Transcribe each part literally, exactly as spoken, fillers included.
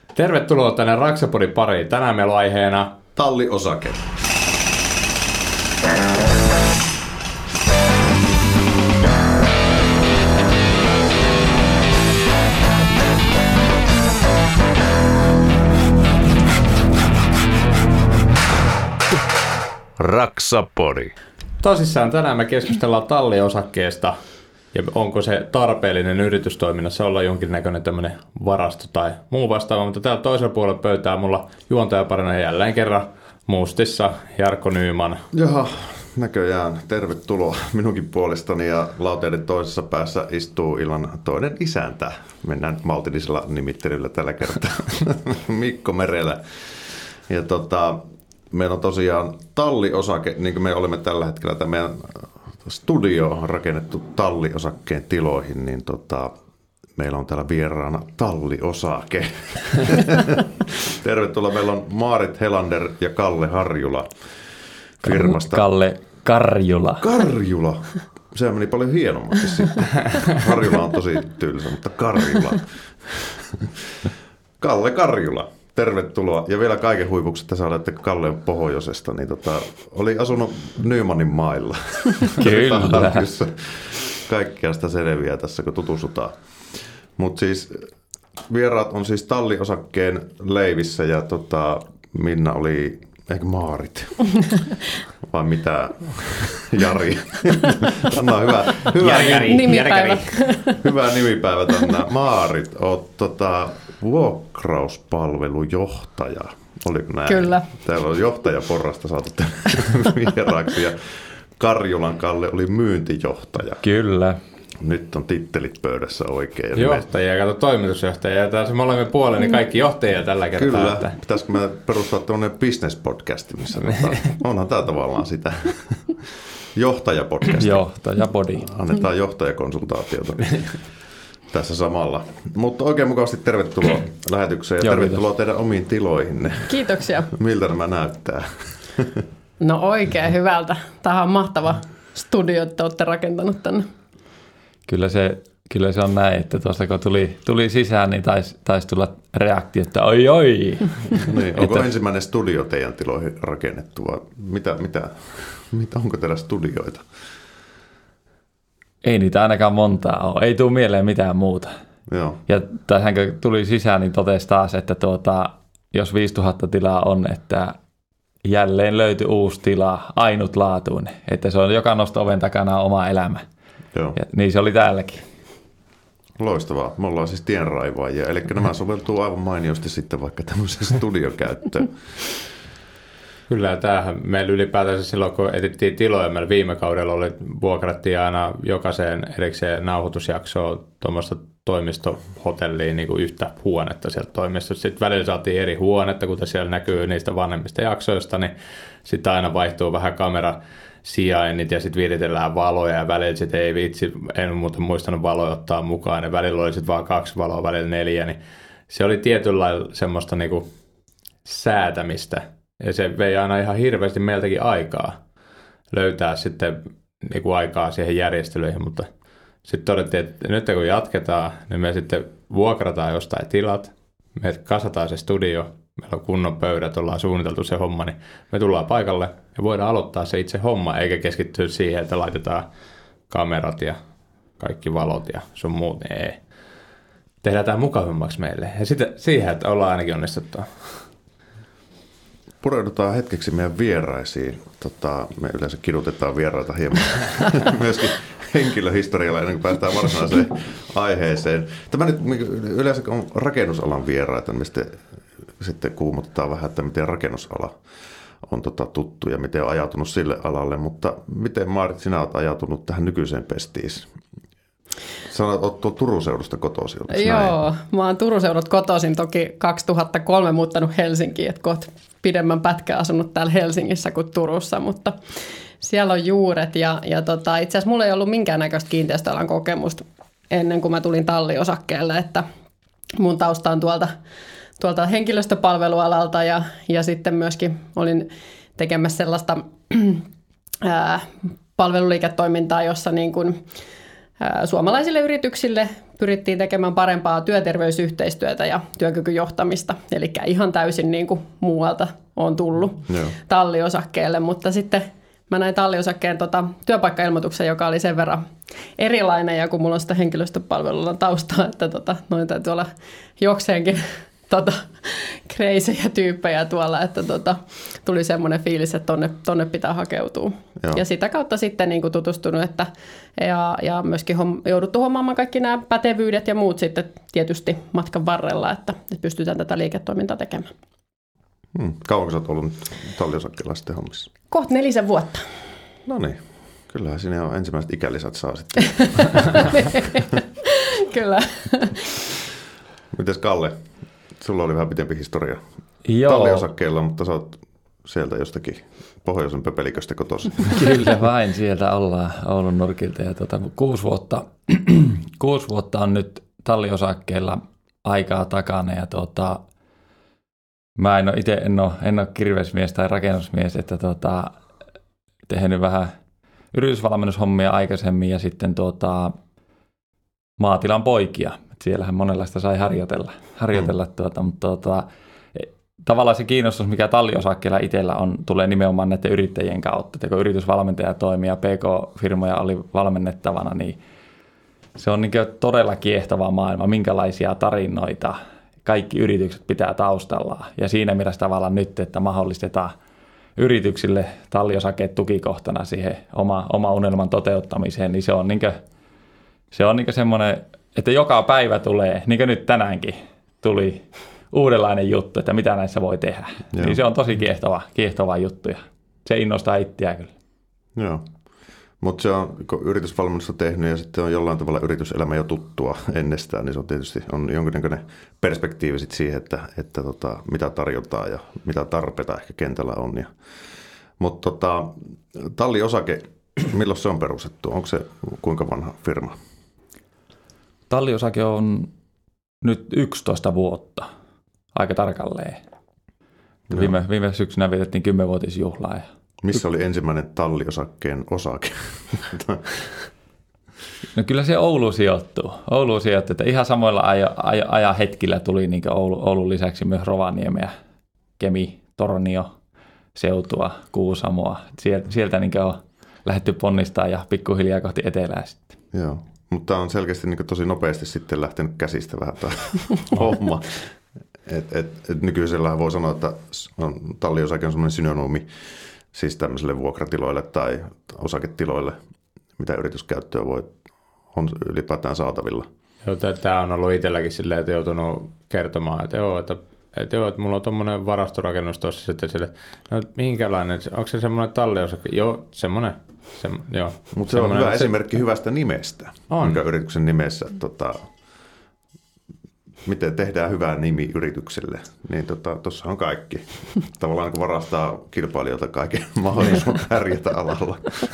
Tervetuloa tänne Raksapodin pariin. Tänään meillä on aiheena talliosake. Raksapodi. Tosissaan tänään me keskustellaan talliosakkeesta ja onko se tarpeellinen yritystoiminnassa olla jonkinnäköinen tämmöinen varasto tai muu vastaava, mutta täällä toisella puolella pöytää mulla juontajaparina jälleen kerran Mustissa Jarkko Nyman. Jaha, näköjään tervetuloa minunkin puolestani ja lauteiden toisessa päässä istuu illan toinen isäntä. Mennään nyt maltillisella nimittelyllä tällä kertaa. Mikko Merelä. Ja tota, meillä on tosiaan talliosake, niin kuin me olemme tällä hetkellä tämä meidän studio on rakennettu talliosakkeen tiloihin, niin tota, meillä on täällä vieraana talliosake. Tervetuloa. Meillä on Maarit Helander ja Kalle Harjula firmasta. Kalle Karjula. Karjula. Se meni paljon hienommaksi sitten. Harjula on tosi tylsä, mutta Karjula. Kalle Karjula. Tervetuloa. Ja vielä kaiken huipuksi, että saadaan, että Kalle on Pohjoisesta, niin tota, oli asunut Nymanin mailla. Kyllä. Kaikkea sitä selviää tässä, kun tutustutaan. Mutta siis vieraat on siis talliosakkeen leivissä ja tota, Minna oli, ehkä Maarit, vai mitä, Jari. Anna hyvä, hyvä Jari, Jari, nimipäivä. Hyvä nimipäivä tänään. Maarit, oot tota, vuokrauspalvelujohtaja. Oliko näin? Kyllä. Täällä on johtajaporrasta saatu vieraaksi ja Karjulan Kalle oli myyntijohtaja. Kyllä. Nyt on tittelit pöydässä oikein. Johtajia, kato toimitusjohtajia. Ja tässä molemmin puolella niin kaikki johtajia tällä kertaa. Kyllä. Että... Pitäisikö me perustaa tuonne business-podcasti, missä onhan tämä tavallaan sitä johtajapodcastia. Johtajapodi. Annetaan johtajakonsultaatiota tässä samalla. Mutta oikein mukavasti tervetuloa lähetykseen ja Joo, tervetuloa kiitos. teidän omiin tiloihinne. Kiitoksia. Miltä nämä näyttää? No oikein hyvältä. Tämä on mahtava studio, että olette rakentanut tänne. Kyllä se, kyllä se on näin, että tuosta kun tuli, tuli sisään, niin taisi tais tulla reaktio, että oi oi. Niin, onko että... ensimmäinen studio teidän tiloihin rakennettu vai mitä, mitä, mitä, onko teillä studioita? Ei niitä ainakaan montaa ole. Ei tule mieleen mitään muuta. Joo. Ja tähän kun tuli sisään, niin totesi taas, että tuota, jos viisituhatta tilaa on, että jälleen löytyi uusi tila, ainutlaatuinen. Että se on joka nosto oven takana oma elämä. Joo. Ja niin se oli täälläkin. Loistavaa. Me ollaan siis tienraivaajia. Eli nämä soveltuu aivan mainiosti sitten vaikka tämmöiseen studiokäyttöön. Kyllä, tämähän meillä ylipäätänsä silloin, kun etittiin tiloja, meillä viime kaudella oli, vuokrattiin aina jokaiseen erikseen nauhoitusjaksoon tuommoista toimistohotelliin niin kuin yhtä huonetta sieltä toimistosta. Sitten välillä saatiin eri huonetta, kuten siellä näkyy niistä vanhemmista jaksoista, niin sitten aina vaihtuu vähän kamera sijainnit ja sitten viritellään valoja ja välillä sitten ei vitsi, en muuten muistanut valoja ottaa mukaan ja välillä oli sitten vaan kaksi valoa, välillä neljä, niin se oli tietyllä lailla semmoista niinku säätämistä ja se vei aina ihan hirveästi meiltäkin aikaa löytää sitten niinku aikaa siihen järjestelyihin, mutta sitten todettiin, että nyt kun jatketaan, niin me sitten vuokrataan jostain tilat, me kasataan se studio, meillä on kunnon pöydät, ollaan suunniteltu se homma, niin me tullaan paikalle ja voidaan aloittaa se itse homma, eikä keskittyä siihen, että laitetaan kamerat ja kaikki valot ja sun muut. Ei. Tehdään tämä mukavammaksi meille. Ja sitten siihen, että ollaan ainakin onnistuttua. Pureudutaan hetkeksi meidän vieraisiin. Tota, me yleensä kidutetaan vieraita hieman myöskin henkilöhistorialla ennen kuin päästään varsinaiseen aiheeseen. Tämä nyt yleensä on rakennusalan vieraita, niin sitten, sitten kuumottaa vähän, että miten rakennusala on tota tuttu ja miten on ajautunut sille alalle. Mutta miten Maarit, sinä olet ajautunut tähän nykyiseen pestiin? Sanoit, että olet tuolla Turun seudusta kotoisin. Joo, mä oon Turun seudut kotoisin, toki kaksituhattakolme muuttanut Helsinkiin, että kohta pidemmän pätkän asunut täällä Helsingissä kuin Turussa, mutta siellä on juuret ja, ja tota, itse asiassa mulla ei ollut minkäännäköistä kiinteistöalan kokemusta ennen kuin mä tulin talliosakkeelle, että mun tausta on tuolta, tuolta henkilöstöpalvelualalta ja, ja sitten myöskin olin tekemässä sellaista ää, palveluliiketoimintaa, jossa niin kuin suomalaisille yrityksille pyrittiin tekemään parempaa työterveysyhteistyötä ja työkykyjohtamista, eli ihan täysin niin kuin muualta on tullut Joo. talliosakkeelle, mutta sitten mä näin talliosakkeen tota, työpaikkailmoituksen, joka oli sen verran erilainen, ja kun mulla on sitä henkilöstöpalvelulla taustaa, että tota, noin täytyy olla jokseenkin tota, kreisejä tyyppejä tuolla, että tota, tuli semmoinen fiilis, että tonne, tonne pitää hakeutua. Joo. Ja sitä kautta sitten niin kuin tutustunut, että, ja, ja myöskin homm, jouduttu hommaamaan kaikki nämä pätevyydet ja muut sitten tietysti matkan varrella, että pystytään tätä liiketoimintaa tekemään. Hmm. Kauanko sä oot ollut talliosakkeella sitten hommissa? Kohta nelisen vuotta. No niin, kyllähän sinne on ensimmäiset ikälisät saa sitten. Kyllä. Mites Kalle? Sulla oli vähän pitempi historia Joo. talliosakkeella, mutta sä oot sieltä jostakin pohjoisen pöpeliköstä kotoisin. Kyllä vain, sieltä ollaan Oulun nurkilta. Ja tuota, kuusi, vuotta, kuusi vuotta on nyt talliosakkeella aikaa takana ja tuota, mä en ole itse en ole, en ole kirvesmies tai rakennusmies, että tuota, tehnyt vähän yritysvalmennushommia aikaisemmin ja sitten tuota, maatilan poikia. Et siellähän monenlaista sai harjoitella, harjoitella mm. tuota, mutta tuota, tavallaan se kiinnostus, mikä talliosakkeella itsellä on, tulee nimenomaan näiden yrittäjien kautta. Et kun yritysvalmentaja toimii ja P K-firmoja oli valmennettavana, niin se on niin todella kiehtova maailma, minkälaisia tarinoita kaikki yritykset pitää taustalla. Ja siinä mielessä tavallaan nyt, että mahdollistetaan yrityksille talliosakkeet tukikohtana siihen oma, oma unelman toteuttamiseen, niin se on, niin kuin, se on niin semmoinen, että joka päivä tulee, niin kuin nyt tänäänkin tuli uudenlainen juttu, että mitä näissä voi tehdä. Joo. Niin se on tosi kiehtova, kiehtova juttu ja se innostaa itseä kyllä. Joo. Mutta se on, kun yritysvalmennusta tehnyt ja sitten on jollain tavalla yrityselämä jo tuttua ennestään, niin se on tietysti on jonkinnäköinen perspektiivi sit siihen, että, että tota, mitä tarjotaan ja mitä tarpeita ehkä kentällä on. Ja, mutta tota, talliosake, milloin se on perustettu? Onko se kuinka vanha firma? Talliosake on nyt yksitoista vuotta, aika tarkalleen. Viime, viime syksynä vietettiin kymmenvuotisjuhlaa. Ja missä oli ensimmäinen talliosakkeen osake? No kyllä se Oulu sijoittuu. Oulu sijoittuu, että ihan samoilla aja, aja, ajan hetkillä tuli niin Oulu, Oulun lisäksi myös Rovaniemi ja Kemi, Tornio, Seutua, Kuusamoa. Sieltä, sieltä niin on lähdetty ponnistaa ja pikkuhiljaa kohti etelää sitten. Joo, mutta on selkeästi niin tosi nopeasti sitten lähtenyt käsistä vähän tämä homma. Et, et, et nykyisellä voi sanoa, että on, talliosake on semmoinen synonyymi siis tämmöisille vuokratiloille tai osaketiloille, mitä yrityskäyttöä voi, on ylipäätään saatavilla. Joo, tämä on ollut itselläkin silleen, että joutunut kertomaan, että joo, että, että, joo, että mulla on tuommoinen varastorakennus tuossa sitten sille, no minkälainen, onko se semmoinen talliosake? Joo, semmoinen. Se, joo, mutta se on hyvä se, esimerkki hyvästä nimestä, on. Minkä yrityksen nimessä, tota, miten tehdään hyvää nimi yritykselle, niin tuossa tota, on kaikki. Tavallaan kun varastaa kilpailijoilta kaiken mahdollisuuden pärjätä alalla.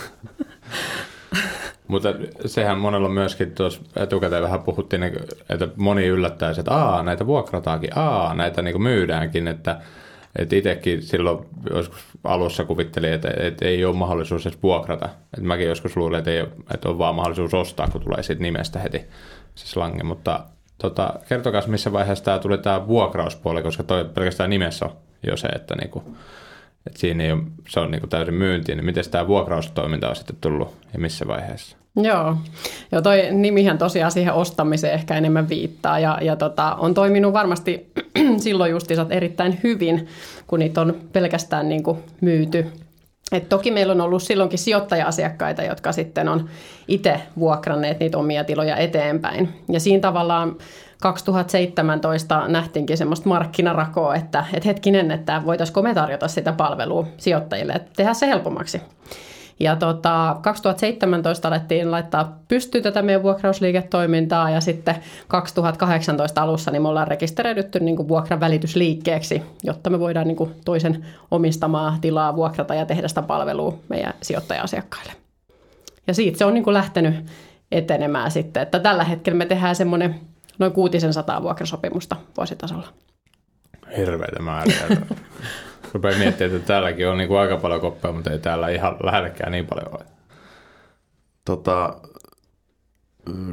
Mutta sehän monella myöskin tuossa etukäteen vähän puhuttiin, että moni yllättää, että aa, näitä vuokrataankin, aa, näitä niin myydäänkin, että, että itsekin silloin joskus alussa kuvittelin, että, että ei ole mahdollisuus edes vuokrata. Että mäkin joskus luulin, että, ei ole, että on vaan mahdollisuus ostaa, kun tulee siitä nimestä heti se slangi, mutta tota, kertokaa, missä vaiheessa tämä tuli tämä vuokrauspuoli, koska toi pelkästään nimessä on jo se, että, niinku, että siinä ei ole, se on niinku täysin myynti, niin miten tämä vuokraustoiminta on sitten tullut ja missä vaiheessa? Joo, Joo toi nimihän tosiaan siihen ostamiseen ehkä enemmän viittaa ja, ja tota, on toiminut varmasti silloin justiinsa erittäin hyvin, kun niitä on pelkästään niinku myyty. Et toki meillä on ollut silloinkin sijoittaja-asiakkaita, jotka sitten on itse vuokranneet niitä omia tiloja eteenpäin. Ja siinä tavallaan kaksituhattaseitsemäntoista nähtiinkin semmoista markkinarakoa, että, että hetkinen, että voitaisiinko me tarjota sitä palvelua sijoittajille, että tehdään se helpommaksi. Ja tota, kaksituhattaseitsemäntoista alettiin laittaa pystyyn tätä meidän vuokrausliiketoimintaa ja sitten kaksituhattakahdeksantoista alussa niin me ollaan rekisteröidytty niin kuin vuokravälitysliikkeeksi, jotta me voidaan niin kuin toisen omistamaa tilaa vuokrata ja tehdä sitä palvelua meidän sijoittaja-asiakkaille. Ja siitä se on niin kuin lähtenyt etenemään sitten, että tällä hetkellä me tehdään semmoinen noin kuutisensataa vuokrasopimusta vuositasolla. Hirveitä määriä. Rupeaa miettimään, että täälläkin on niin kuin aika paljon koppeja, mutta ei täällä ihan lähellekään niin paljon ole. Tota,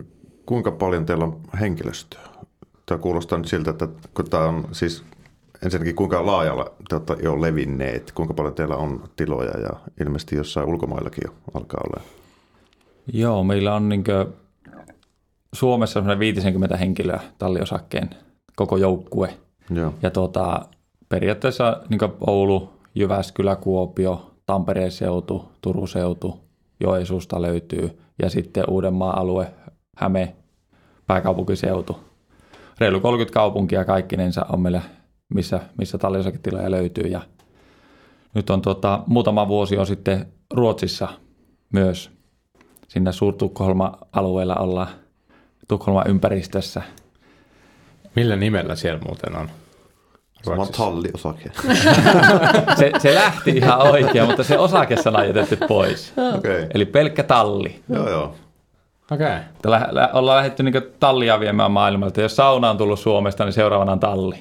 kuinka paljon teillä on henkilöstöä? Tämä kuulostaa nyt siltä, että kun tämä on siis ensinnäkin kuinka laajalla te olette jo levinneet, kuinka paljon teillä on tiloja ja ilmeisesti jossain ulkomaillakin jo alkaa olla. Joo, meillä on niin Suomessa semmoinen viisikymmentä henkilöä talliosakkeen koko joukkue. Joo. Ja tuota, periaatteessa niin Oulu, Jyväskylä, Kuopio, Tampereen seutu, Turun seutu, Joensuusta löytyy ja sitten Uudenmaan alue, Häme, pääkaupunkiseutu. Reilu kolmekymmentä kaupunkia kaikkinensa on meillä, missä, missä talliosaketiloja löytyy. Ja nyt on tuota, muutama vuosi on sitten Ruotsissa myös. Siinä Suur-Tukholma-alueella ollaan Tukholman ympäristössä. Millä nimellä siellä muuten on? Sama talliosake. se, se lähti ihan oikein, mutta se osakesana on jätetty pois. Okay. Eli pelkkä talli. Joo, joo. Okei. Okay. Ollaan lähdetty niin tallia viemään maailmalta. Jos sauna on tullut Suomesta, niin seuraavana on talli.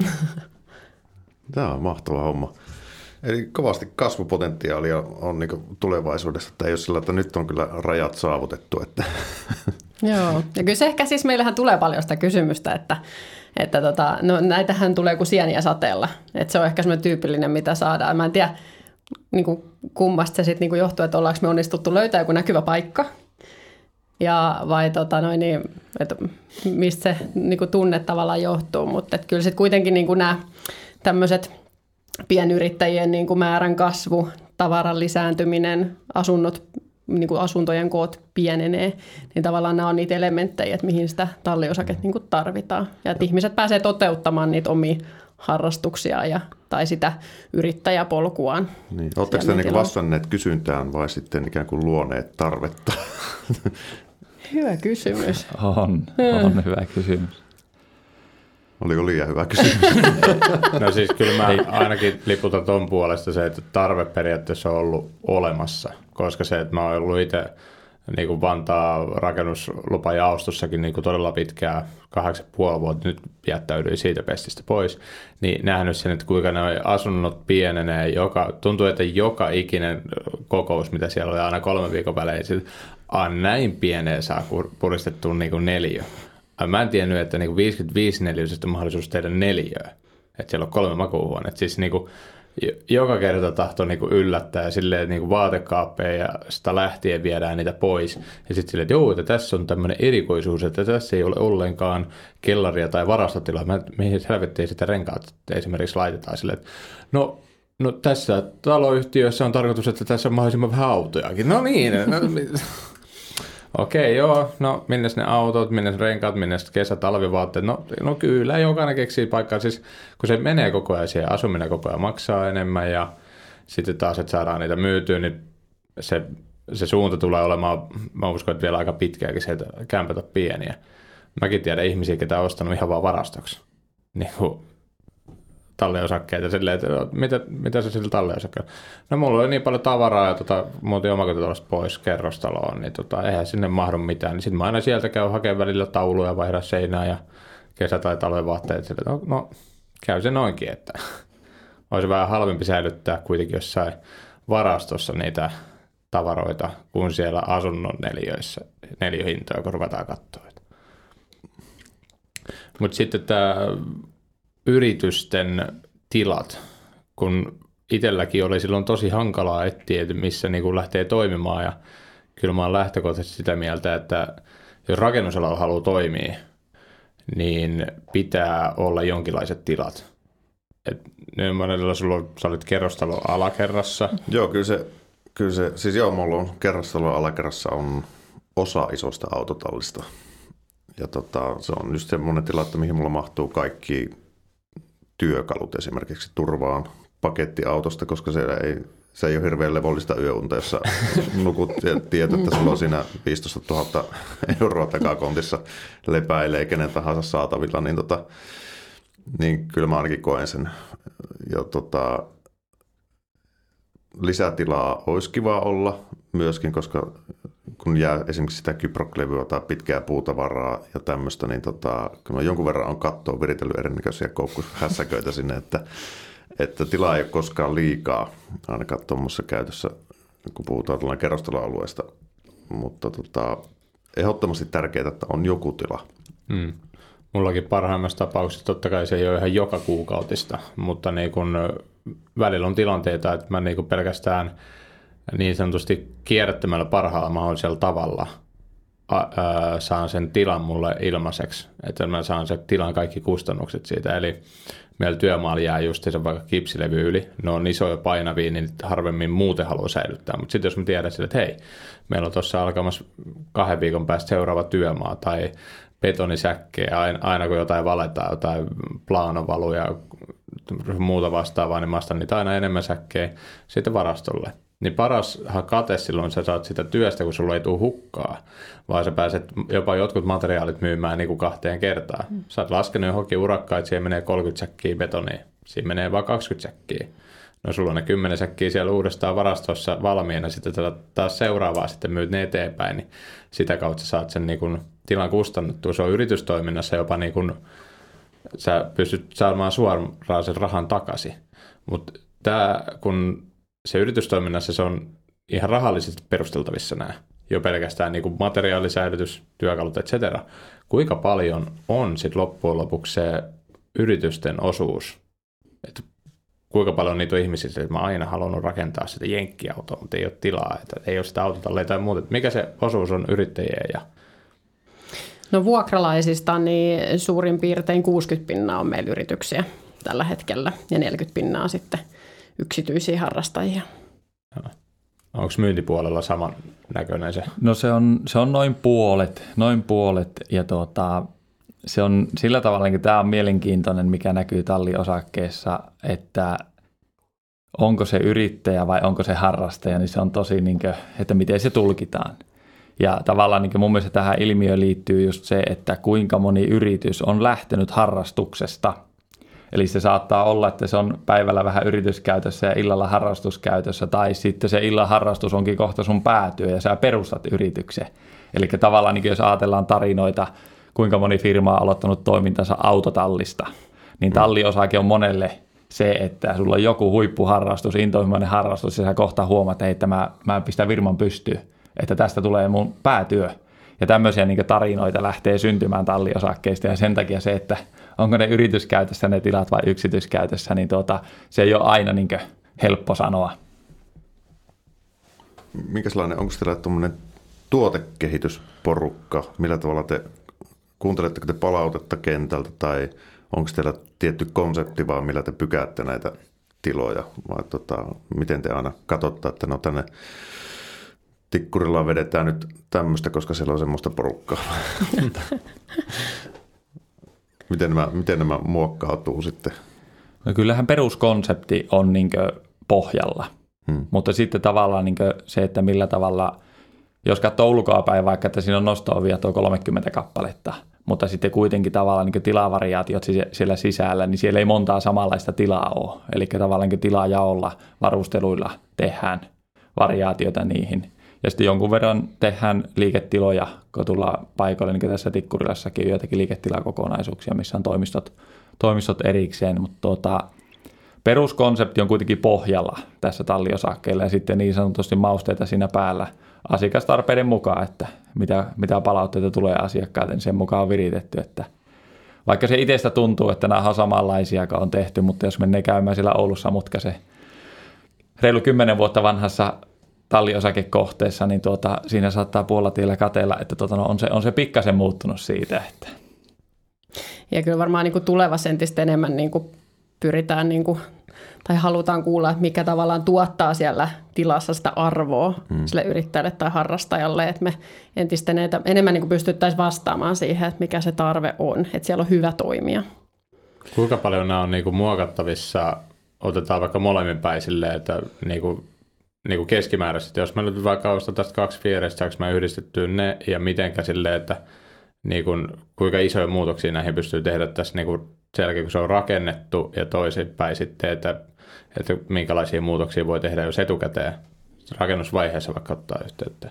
Tämä on mahtava homma. Eli kovasti kasvupotentiaalia on niin tulevaisuudessa, että ei ole sillä, että nyt on kyllä rajat saavutettu. Että. Joo, ja kyllä se ehkä siis meillähän tulee paljon sitä kysymystä, että, että tota, no näitähän tulee kuin sieniä sateella. Että se on ehkä semmoinen tyypillinen, mitä saadaan. Mä en tiedä niin kuin kummasta se sitten niin johtuu, että ollaanko me onnistuttu löytää joku näkyvä paikka. Ja vai tota noin, niin, että mistä se niin kuin tunne tavallaan johtuu. Mutta kyllä sitten kuitenkin niin kuin nämä tämmöiset pienyrittäjien niin kuin määrän kasvu, tavaran lisääntyminen, asunnot, niin kuin asuntojen koot pienenee, niin tavallaan nämä on niitä elementtejä, että mihin sitä talliosaket niin kuin tarvitaan. Ja että ihmiset pääsee toteuttamaan niitä omia harrastuksia ja, tai sitä yrittäjäpolkuaan. Niin. Oletteko te niin vastanneet kysyntään vai sitten ikään kuin luoneet tarvetta? Hyvä kysymys. On, on hyvä kysymys. Oliko liian hyvä kysymys? No siis kyllä mä ainakin liputan ton puolesta se, että tarve periaatteessa on ollut olemassa, koska se, että mä oon ollut itse niin kuin Vantaa rakennuslupajaostossakin niin kuin todella pitkään, kahdeksan puoli vuotta, nyt jättäydyin siitä pestistä pois, niin nähnyt sen, että kuinka ne asunnot pienenee, joka, tuntuu, että joka ikinen kokous, mitä siellä oli aina kolmen viikon välein, on näin pieneen saa puristettua niin kuin neliö. Mä en tiennyt, että niinku viisikymmentäviisi neliöisestä on mahdollisuus tehdä neliöä. Että siellä on kolme makuuhuonetta. Siis niinku, joka kerta tahtoo niinku yllättää ja silleen niinku vaatekaappeja ja sitä lähtien viedään niitä pois. Ja sitten silleen, että joo, että tässä on tämmöinen erikoisuus, että tässä ei ole ollenkaan kellaria tai varastotilaa. Mä, mihin helvettiin sitä renkaat esimerkiksi laitetaan silleen, että no, no tässä taloyhtiössä on tarkoitus, että tässä on mahdollisimman vähän autojakin. No niin, no, okei, joo, no minne ne autot, minne ne renkaat, minne kesä- talvivaatteet, no, no kyllä, jokainen keksii paikkaa, siis kun se menee koko ajan siihen, asuminen koko ajan maksaa enemmän ja sitten taas, että saadaan niitä myytyä, niin se, se suunta tulee olemaan, mä uskon, että vielä aika pitkäänkin se, että kämpät on pieniä. Mäkin tiedän ihmisiä, ketä on ostanut ihan vaan varastoksi, niin kuin talleosakkeita silleen, että mitä, mitä se sillä talleosakkeella? No mulla oli niin paljon tavaraa ja tota, muutin omakotitalosta pois kerrostaloon, niin tota, eihän sinne mahdu mitään. Niin sitten mä aina sieltä käyn hakemaan välillä tauluja ja vaihda seinää ja kesä- tai talven vaatteet. Sille, no, no käy se noinkin, että olisi vähän halvempi säilyttää kuitenkin jossain varastossa niitä tavaroita kuin siellä asunnon neliöissä, neliöhintoja, kun ruvetaan katsoa. Mutta sitten tämä yritysten tilat, kun itselläkin oli silloin tosi hankalaa etsiä, että missä niin kuin lähtee toimimaan ja kyllä mä oon lähtökohtaisesti sitä mieltä, että jos rakennusalalla haluaa toimia, niin pitää olla jonkinlaiset tilat. Et monella sulla sä olit kerrostalo alakerrassa. Joo, kyllä se, kyllä se siis joo, mulla on kerrostalo alakerrassa on osa isosta autotallista. Ja tota, se on just semmoinen tila, että mihin mulla mahtuu kaikki työkalut esimerkiksi turvaan pakettiautosta, koska se ei, se ei ole hirveän levollista yöunta, jossa nukut ja tiedät, että sulla on siinä viisitoista tuhatta euroa takakontissa lepäilee kenen tahansa saatavilla, niin, tota, niin kyllä mä ainakin koen sen. Ja tota, lisätilaa olisi kiva olla myöskin, koska kun jää esimerkiksi sitä kyproklevyä tai pitkää puutavaraa ja tämmöistä, niin tota, kun jonkun verran on kattoa viritellyt erinäköisiä koukkuhässäköitä sinne, että, että tilaa ei ole koskaan liikaa, ainakaan tuommoisessa käytössä, kun puhutaan tällainen kerrostaloalueesta. Mutta tota, ehdottomasti tärkeää, että on joku tila. Mm. Mullakin parhaimmassa tapauksessa totta kai se ei ole ihan joka kuukautista, mutta niin kun välillä on tilanteita, että mä niin kun pelkästään niin sanotusti kierrättämällä parhaalla mahdollisella tavalla ää, saan sen tilan mulle ilmaiseksi, että mä saan sen tilan kaikki kustannukset siitä. Eli meillä työmaalla jää just se vaikka kipsilevy yli, ne on isoja painavia, niin harvemmin muuten haluaa säilyttää. Mutta sitten jos mä tiedän sille, että hei, meillä on tuossa alkamassa kahden viikon päästä seuraava työmaa tai betonisäkkejä, aina, aina kun jotain valetaan, jotain plaanovaluja, muuta vastaavaa, niin mä ostan niitä aina enemmän säkkejä sitten varastolle. Niin parashan kate silloin sä saat sitä työstä, kun sulla ei tule hukkaa, vaan sä pääset jopa jotkut materiaalit myymään niin kuin kahteen kertaan. Mm. Sä oot laskenut johonkin urakkaan, että siihen menee kolmekymmentä säkkiä betonia, siinä menee vain kaksikymmentä säkkiä. No sulla on ne kymmenen säkkiä siellä uudestaan varastossa valmiina, sitten taas seuraavaa sitten myyt ne eteenpäin, niin sitä kautta saat sen niin kuin tilan kustannettua. Se on yritystoiminnassa jopa niin kuin, sä pystyt saamaan suoraan sen rahan takaisin. Mutta tämä, kun se yritystoiminnassa se on ihan rahallisesti perusteltavissa nämä, jo pelkästään niin kuin materiaalisäilytys, työkalut, et cetera. Kuinka paljon on sitten loppujen lopuksi se yritysten osuus? Et kuinka paljon niitä on ihmisiä, että mä aina halunnut rakentaa sitä jenkkiautoa, mutta ei ole tilaa, että ei ole sitä autotallia tai muuta. Mikä se osuus on yrittäjien? Ja... No vuokralaisista niin suurin piirtein kuusikymmentä pinnaa on meillä yrityksiä tällä hetkellä ja neljäkymmentä pinnaa sitten yksityisiä harrastajia. Onko myyntipuolella saman näköinen se? No se on, se on noin puolet, noin puolet ja tuota, se on sillä tavalla, että tämä on mielenkiintoinen, mikä näkyy talliosakkeessa, että onko se yrittäjä vai onko se harrastaja, niin se on tosi, niin kuin, että miten se tulkitaan. Ja tavallaan niin mun mielestä tähän ilmiöön liittyy just se, että kuinka moni yritys on lähtenyt harrastuksesta. Eli se saattaa olla, että se on päivällä vähän yrityskäytössä ja illalla harrastuskäytössä, tai sitten se illan harrastus onkin kohta sun päätyö ja sä perustat yrityksen. Eli tavallaan niin jos ajatellaan tarinoita, kuinka moni firma on aloittanut toimintansa autotallista, niin talliosake on monelle se, että sulla on joku huippuharrastus, intohimoinen harrastus, ja sä kohta huomaat, että mä, mä pistän firman pystyyn, että tästä tulee mun päätyö. Ja tämmöisiä niin tarinoita lähtee syntymään talliosakkeista, ja sen takia se, että onko ne yrityskäytössä ne tilat vai yksityiskäytössä, niin tuota, se ei ole aina niin helppo sanoa. Minkälainen, onko teillä tuommoinen tuotekehitysporukka? Millä tavalla te, kuunteletteko te palautetta kentältä tai onko teillä tietty konsepti vaan, millä te pykäätte näitä tiloja? Vai tota, miten te aina katsotte, että no tänne Tikkurillaan vedetään nyt tämmöistä, koska siellä on semmoista porukkaa? Miten nämä, miten nämä muokkautuu sitten? No kyllähän peruskonsepti on niin kuin pohjalla, hmm. mutta sitten tavallaan niin kuin se, että millä tavalla, jos katsoo ulkoapäin vaikka, että siinä on nosto-ovia tuo kolmekymmentä kappaletta, mutta sitten kuitenkin tavallaan niin kuin tilavariaatiot siellä sisällä, niin siellä ei montaa samanlaista tilaa ole. Eli tavallaan niin tilajaolla, varusteluilla tehdään variaatioita niihin. Ja sitten jonkun verran tehdään liiketiloja, kun tullaan paikalle, niin kuin tässä Tikkurilassakin on joitakin liiketilakokonaisuuksia, missä on toimistot, toimistot erikseen, mutta tuota, peruskonsepti on kuitenkin pohjalla tässä talliosakkeella ja sitten niin sanotusti mausteita siinä päällä asiakastarpeiden mukaan, että mitä, mitä palautteita tulee asiakkailta, niin sen mukaan on viritetty, että vaikka se itsestä tuntuu, että nämä on samanlaisia, kun on tehty, mutta jos menee käymään siellä Oulussa Mutkasen reilu kymmenen vuotta vanhassa talliosakekohteessa, niin tuota, siinä saattaa puolatiellä kateella, että tuota, no on se, on se pikkasen muuttunut siitä. Että. Ja kyllä varmaan niin kuin tulevassa entistä enemmän niin kuin pyritään niin kuin, tai halutaan kuulla, että mikä tavallaan tuottaa siellä tilassa sitä arvoa hmm. sille yrittäjälle tai harrastajalle, että me entistä enemmän niin kuin pystyttäisiin vastaamaan siihen, että mikä se tarve on, että siellä on hyvä toimia. Kuinka paljon nämä on niin kuin muokattavissa, otetaan vaikka molemmin päin silleen, että niin kuin niin kuin keskimääräisesti, jos mä nyt vaikka ostan tästä kaksi vierestä, saanko mä yhdistettyä ne ja mitenkä silleen, että niin kuin, kuinka isoja muutoksia näihin pystyy tehdä tässä niin kuin sen jälkeen, kun se on rakennettu ja toisinpäin sitten, että, että minkälaisia muutoksia voi tehdä jos etukäteen rakennusvaiheessa vaikka ottaa yhteyttä.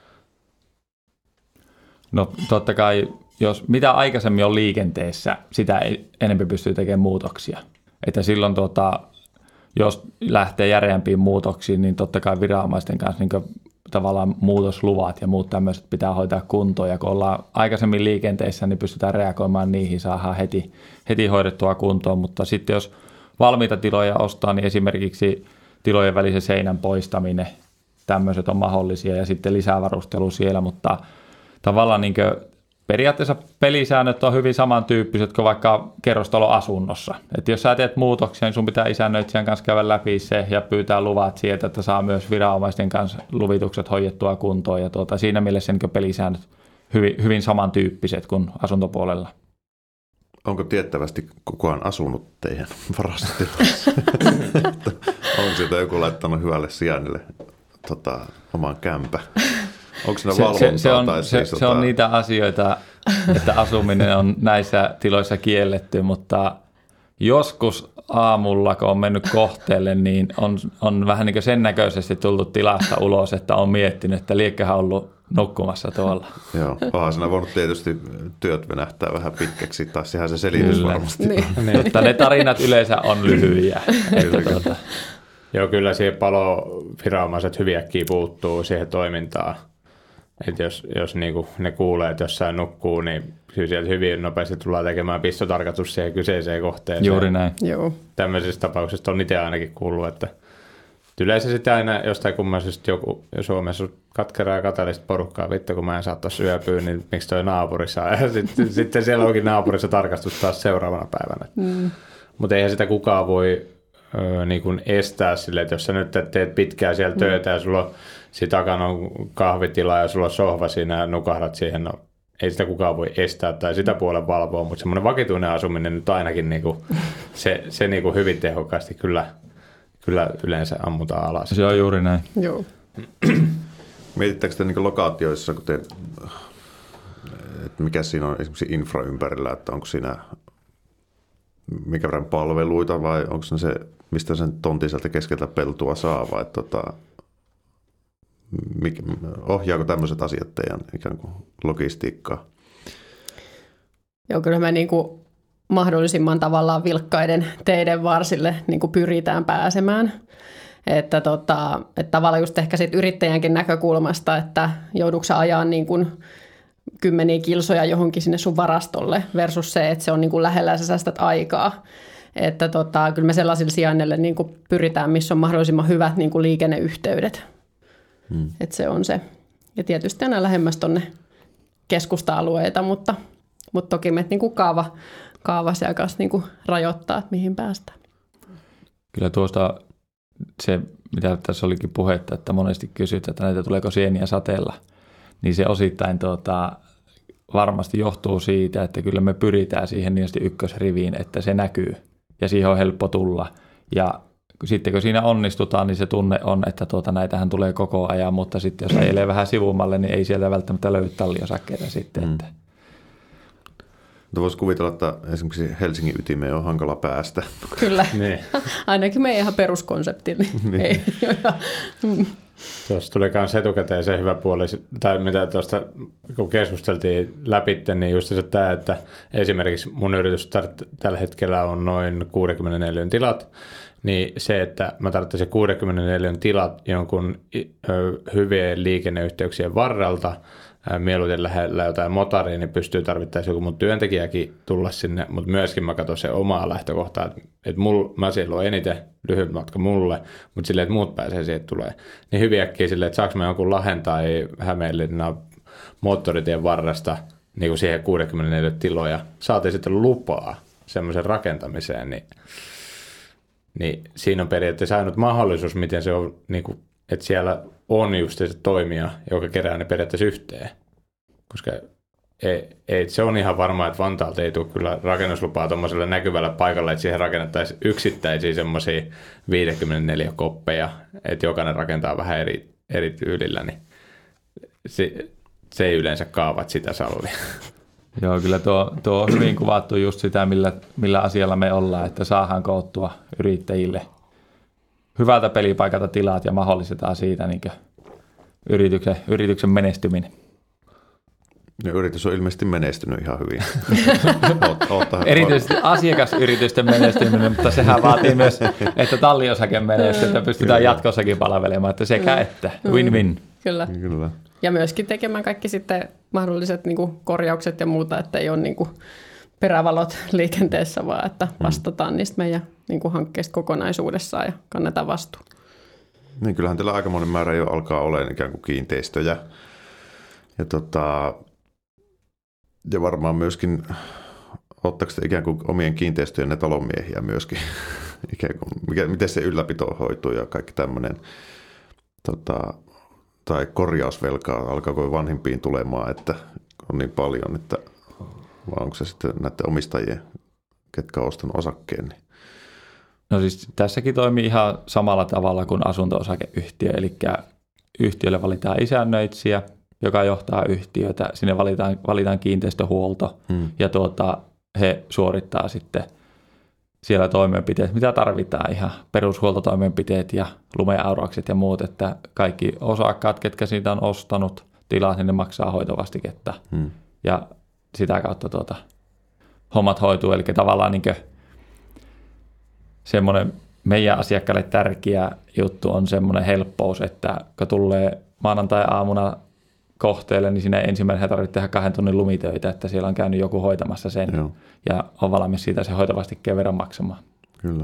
No totta kai, jos mitä aikaisemmin on liikenteessä, sitä enemmän pystyy tekemään muutoksia. Että silloin tuota, jos lähtee järeämpiin muutoksiin, niin totta kai viranomaisten kanssa niin tavallaan muutosluvat ja muut tämmöiset pitää hoitaa kuntoon. Ja kun ollaan aikaisemmin liikenteessä, niin pystytään reagoimaan niihin, saadaan heti, heti hoidettua kuntoon. Mutta sitten jos valmiita tiloja ostaa, niin esimerkiksi tilojen välisen seinän poistaminen, tämmöiset on mahdollisia ja sitten lisävarustelu siellä, mutta tavallaan niin periaatteessa pelisäännöt on hyvin samantyyppiset kuin vaikka kerrostaloasunnossa. Että jos sä teet muutoksia, niin sun pitää isännöitsijän kanssa käydä läpi se ja pyytää luvat sieltä, että saa myös viranomaisten kanssa luvitukset hoidettua kuntoon. Ja tuota, siinä mielessä niin pelisäännöt hyvin, hyvin samantyyppiset kuin asuntopuolella. Onko tiettävästi kukaan asunut teidän varastotilassa? Onko sieltä joku laittanut hyvälle sijainnille tota, oman kämpä? Onko siinä valvontaa? Se, se, on, tai se, siis se tota... on niitä asioita, että asuminen on näissä tiloissa kielletty, mutta joskus aamulla, kun on mennyt kohteelle, niin on, on vähän niin kuin sen näköisesti tultu tilasta ulos, että on miettinyt, että liekköhän ollut nukkumassa tuolla. Joo, onhan siinä voinut tietysti työt venähtää vähän pitkäksi, tai sehän se selitys Kyllä. varmasti. Niin. Mutta ne tarinat yleensä on lyhyitä. Että tuota. Joo, kyllä siihen paloviranomaiset hyvin äkkiä puuttuu siihen toimintaan. Että jos, jos niinku ne kuulee, että jossain nukkuu, niin kyllä sieltä hyvin nopeasti tullaan tekemään pistotarkastus siihen kyseiseen kohteeseen. Juuri näin. Joo. Tämmöisistä tapauksista on itse ainakin kuullut, että yleensä sitten aina jostain kummaisesta joku Suomessa katkeraa ja katalista porukkaa, vittu kun mä en saa tuossa yöpyyn, niin miksi toi naapuri saa? Ja sitten, sitten siellä onkin naapurissa tarkastus taas seuraavana päivänä. Mm. Mutta eihän sitä kukaan voi ö, niin kuin estää silleen, että jos sä nyt teet pitkään siellä mm. töitä ja sulla on siinä takana on kahvitila ja sulla on sohva siinä ja nukahdat siihen, no ei sitä kukaan voi estää tai sitä puolen valvoa, mutta semmoinen vakituinen asuminen nyt ainakin niin kuin, se, se niin kuin hyvin tehokkaasti kyllä, kyllä yleensä ammutaan alas. Se on juuri näin. Joo. Mietittääkö te niin lokaatioissa, kun te, että mikä siinä on esimerkiksi infra ympärillä, että onko siinä mikä verran palveluita vai onko se, mistä sen tontin sieltä keskeltä peltoa saa vai tota, ohjaako tämmöiset asiat teidän ikään kuin logistiikkaa? Joo, kyllä me niin kuin mahdollisimman tavallaan vilkkaiden teiden varsille niin kuin pyritään pääsemään. Että, tota, että tavallaan just ehkä siitä yrittäjänkin näkökulmasta, että joudutko ajaa niin kuin kymmeniä kilsoja johonkin sinne sun varastolle versus se, että se on niin kuin lähellä ja sä säästät aikaa. Että tota, kyllä me sellaisille sijainnille niin kuin pyritään, missä on mahdollisimman hyvät niin kuin liikenneyhteydet. Hmm. Että se on se. Ja tietysti aina lähemmäs tuonne keskusta-alueita, mutta, mutta toki me niin kuin kaava, kaava siellä kanssa niin kuin rajoittaa, että mihin päästään. Kyllä tuosta se, mitä tässä olikin puhetta, että monesti kysytään, että näitä tuleeko sieniä sateella, niin se osittain tuota, varmasti johtuu siitä, että kyllä me pyritään siihen niin ykkösriviin, että se näkyy ja siihen on helppo tulla. Ja sitten kun siinä onnistutaan, niin se tunne on, että tuota, näitähän tulee koko ajan, mutta sitten jos ajelee vähän sivummalle, niin ei sieltä välttämättä löydy talliosakkeita sitten. Mm. Että. Mutta voisi kuvitella, että esimerkiksi Helsingin ytimeen on hankala päästä. Kyllä, niin. Ainakin meidän ihan peruskonsepti. Niin ei. Tuossa tuli myös etukäteen se hyvä puoli, tai mitä tuosta kun keskusteltiin läpi, niin just se tämä, että esimerkiksi mun yritys tällä hetkellä on noin kuusikymmentäneljä tilat, niin se, että mä tarvitsen kuusikymmentäneljä tilat jonkun hyvien liikenneyhteyksien varrelta, mieluiten lähellä jotain motaria, niin pystyy tarvittaessa joku mun työntekijäkin tulla sinne, mutta myöskin mä katson se omaa lähtökohtaa, että, että mul, mä siellä on eniten lyhyt matka mulle, mutta silleen, että muut pääsee siihen tulee. Niin hyvin äkkiä silleen, että saanko mä jonkun Lahden tai Hämeenlinnan moottoritien varresta niin kuin siihen kuusikymmentäneljä tiloja, saatiin sitten lupaa semmoisen rakentamiseen, niin, niin siinä on periaatteessa ainut mahdollisuus, miten se on niin kuin, että siellä on just se toimija, joka kerää ne periaatteessa yhteen. Koska ei, ei, se on ihan varmaa, että Vantaalta ei tule kyllä rakennuslupaa tuommoiselle näkyvällä paikalla, että siihen rakennettaisiin yksittäisiä semmoisia viisikymmentäneljä koppeja, että jokainen rakentaa vähän eri, eri tyylillä, niin se, se ei yleensä kaavat sitä sallia. Joo, kyllä tuo, tuo on hyvin kuvattu just sitä, millä, millä asialla me ollaan, että saadaan koottua yrittäjille hyvältä pelipaikalta tilat ja mahdollistetaan siitä niin yrityksen, yrityksen menestyminen. Ja yritys on ilmeisesti menestynyt ihan hyvin. Oot, oot, Erityisesti asiakasyritysten menestyminen, mutta sehän vaatii myös, että talliosake menestyy, että pystytään jatkossakin palvelemaan, että sekä että win-win. Kyllä. Kyllä. Ja myöskin tekemään kaikki sitten mahdolliset niin kuin korjaukset ja muuta, että ei ole niin kuin perävalot liikenteessä, vaan että vastataan niistä meidän niin kuin hankkeista kokonaisuudessaan ja kannetaan vastuu. Niin kyllähän teillä aikamoinen määrä jo alkaa olemaan ikään kuin kiinteistöjä. Ja, tota, ja varmaan myöskin, ottaako te ikään kuin omien kiinteistöjen ne talonmiehiä myöskin? Ikään kuin, mikä, miten se ylläpito hoituu ja kaikki tämmöinen, tota, tai korjausvelkaa, alkaako vanhimpiin tulemaan, että on niin paljon, että vai onko se sitten näiden omistajien, ketkä on ostanut osakkeen? Niin. No siis tässäkin toimii ihan samalla tavalla kuin asunto-osakeyhtiö, eli yhtiölle valitaan isännöitsijä, joka johtaa yhtiötä, sinne valitaan, valitaan kiinteistöhuolto hmm. ja tuota, he suorittaa sitten siellä toimenpiteet, mitä tarvitaan, ihan perushuoltotoimenpiteet ja lumeauraukset ja muut, että kaikki osakkaat, ketkä siitä on ostanut tilaa, niin ne maksaa hoitovastiketta hmm. ja sitä kautta tuota, hommat hoituu, eli tavallaan niin semmoinen meidän asiakkaille tärkeä juttu on semmoinen helppous, että kun tulee maanantai-aamuna kohteelle, niin siinä ensimmäisenä tarvitsee tehdä kahden tunnin lumitöitä, että siellä on käynyt joku hoitamassa sen Joo. ja on valmis siitä se hoitovastikkeen verran maksamaan. Kyllä.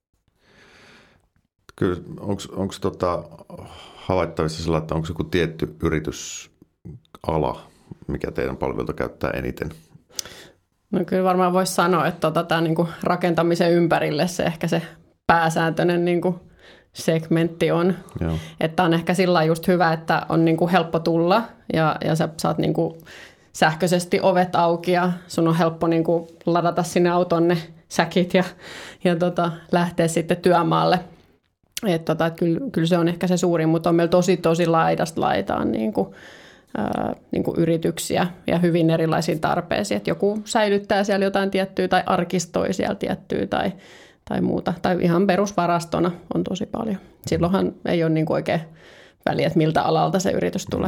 Kyllä onko tota, havaittavissa sillä, että onko joku tietty yritysala, mikä teidän palvelulta käyttää eniten? No kyllä varmaan voisi sanoa, että tota, tämä niinku rakentamisen ympärille se ehkä se pääsääntöinen niinku segmentti on. Joo. Että on ehkä sillä just hyvä, että on niinku helppo tulla ja, ja sä saat niinku sähköisesti ovet auki ja sun on helppo niinku ladata sinne auton ne säkit ja, ja tota, lähteä sitten työmaalle. Että tota, et kyllä, kyllä se on ehkä se suurin, mutta on meillä tosi tosi laidasta laitaan niinku, ää, niinku yrityksiä ja hyvin erilaisiin tarpeisiin. Että joku säilyttää siellä jotain tiettyä tai arkistoi siellä tiettyä tai tai muuta. Tai ihan perusvarastona on tosi paljon. Silloinhan ei ole niin kuin oikein väliä, että miltä alalta se yritys tulee.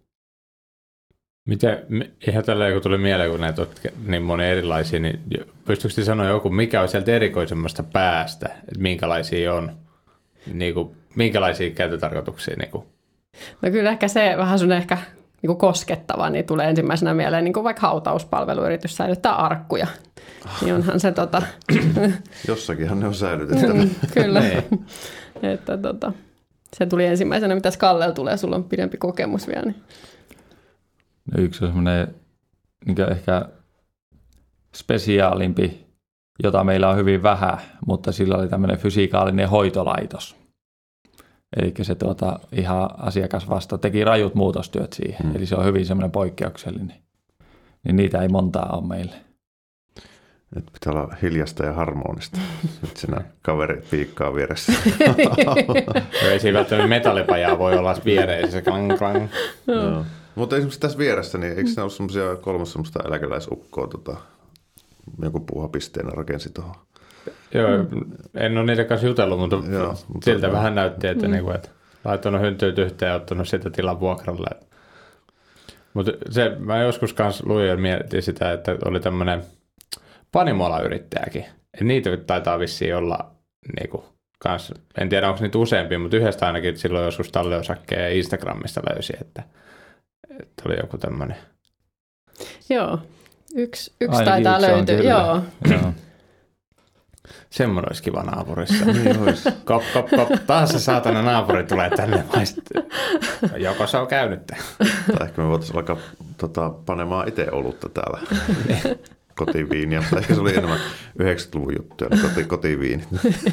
Miten, ihan tällä kun tuli mieleen, kun näitä on niin moni erilaisia, niin pystytkö sanoa joku, mikä on sieltä erikoisemmasta päästä, että minkälaisia on, niin kuin, minkälaisia käyttötarkoituksia? Niin kuin? No kyllä ehkä se vähän sun ehkä niin kuin koskettava, niin tulee ensimmäisenä mieleen niin kuin vaikka hautauspalveluyritys säilyttää arkkuja. Niin onhan se tota... Jossakinhan ne on säilytettävä. Mm, kyllä. Että, tota, se tuli ensimmäisenä, mitä Kallella tulee, sulla on pidempi kokemus vielä. Niin. No yksi on semmoinen niin ehkä spesiaalimpi, jota meillä on hyvin vähän, mutta sillä oli tämmöinen fysikaalinen hoitolaitos. Eli se tuota, ihan asiakas vasta teki rajut muutostyöt siihen. Hmm. Eli se on hyvin semmoinen poikkeuksellinen. Niin niitä ei montaa ole meille. Nyt pitää olla hiljasta ja harmonista. Nyt siinä kaveri piikkaa vieressä. Ei siinä välttämättä metallipajaa voi olla viereissä. Klang, klang. No. Mutta esimerkiksi tässä vieressä, niin eikö siinä ole semmoisia kolme semmoista eläkeläisukkoa, tota, joku puuhapisteenä rakensi tuohon? Joo, en ole niiden kanssa jutellut, mutta Joo, siltä mutta vähän näytti, että, mm. niinku, että laittanut hynttyyt yhteen ja ottanut sitä tilan vuokralle. Mutta se, mä joskus kanssa luin ja mietin sitä, että oli tämmöinen panimoalayrittäjäkin. Et niitä taitaa vissiin olla, niinku, kans, en tiedä onko niitä useampia, mutta yhdestä ainakin silloin joskus talleosakkeen Instagramista löysi, että, että oli joku tämmöinen. Joo, yksi, yksi taitaa löytyä. Joo. Joo. Semmoinen olisi kiva naapurissa. Niin olisi. Kop, kop, kop. Taas se saatana naapuri tulee tänne maistaa. Joko se on käynyt. Tai ehkä me voitaisiin alkaa tota, panemaan itse olutta täällä. Kotiviiniä. Tai ehkä se oli enemmän yhdeksänkymmentäluvun juttuja, koti, kotiviinit.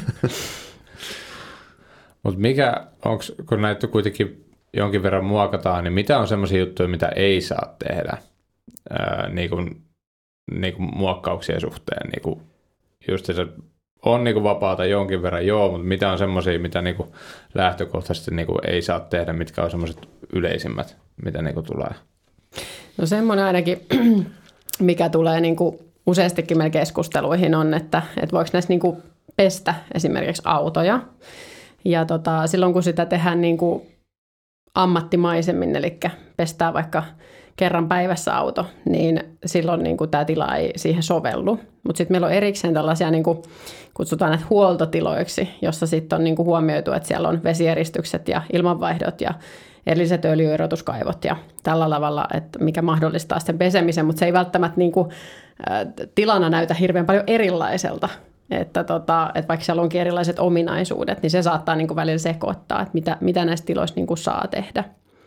Mutta mikä, onks, kun näitä kuitenkin jonkin verran muokataan, niin mitä on semmoisia juttuja, mitä ei saa tehdä ää, niin kuin, niin kuin muokkauksien suhteen? Niin kuin just se on niin kuin vapaata jonkin verran, joo, mutta mitä on semmoisia, mitä niin kuin lähtökohtaisesti niin kuin ei saa tehdä, mitkä on semmoiset yleisimmät, mitä niin kuin tulee? No semmoinen ainakin, mikä tulee niin kuin useastikin meillä keskusteluihin on, että, että voiko näissä niin kuin pestä esimerkiksi autoja. Ja tota, silloin kun sitä tehdään niin kuin ammattimaisemmin, eli pestää vaikka kerran päivässä auto, niin silloin niin kuin tämä tila ei siihen sovellu. Mutta sitten meillä on erikseen tällaisia, niin kuin kutsutaan näitä huoltotiloiksi, jossa sitten on niin kuin huomioitu, että siellä on vesieristykset ja ilmanvaihdot ja erilliset öljyerotuskaivot ja tällä tavalla, että mikä mahdollistaa sen pesemisen, mutta se ei välttämättä niin kuin, ä, tilana näytä hirveän paljon erilaiselta. Että, tota, että vaikka siellä onkin erilaiset ominaisuudet, niin se saattaa niin kuin välillä sekoittaa, että mitä, mitä näistä tiloista niin kuin saa tehdä.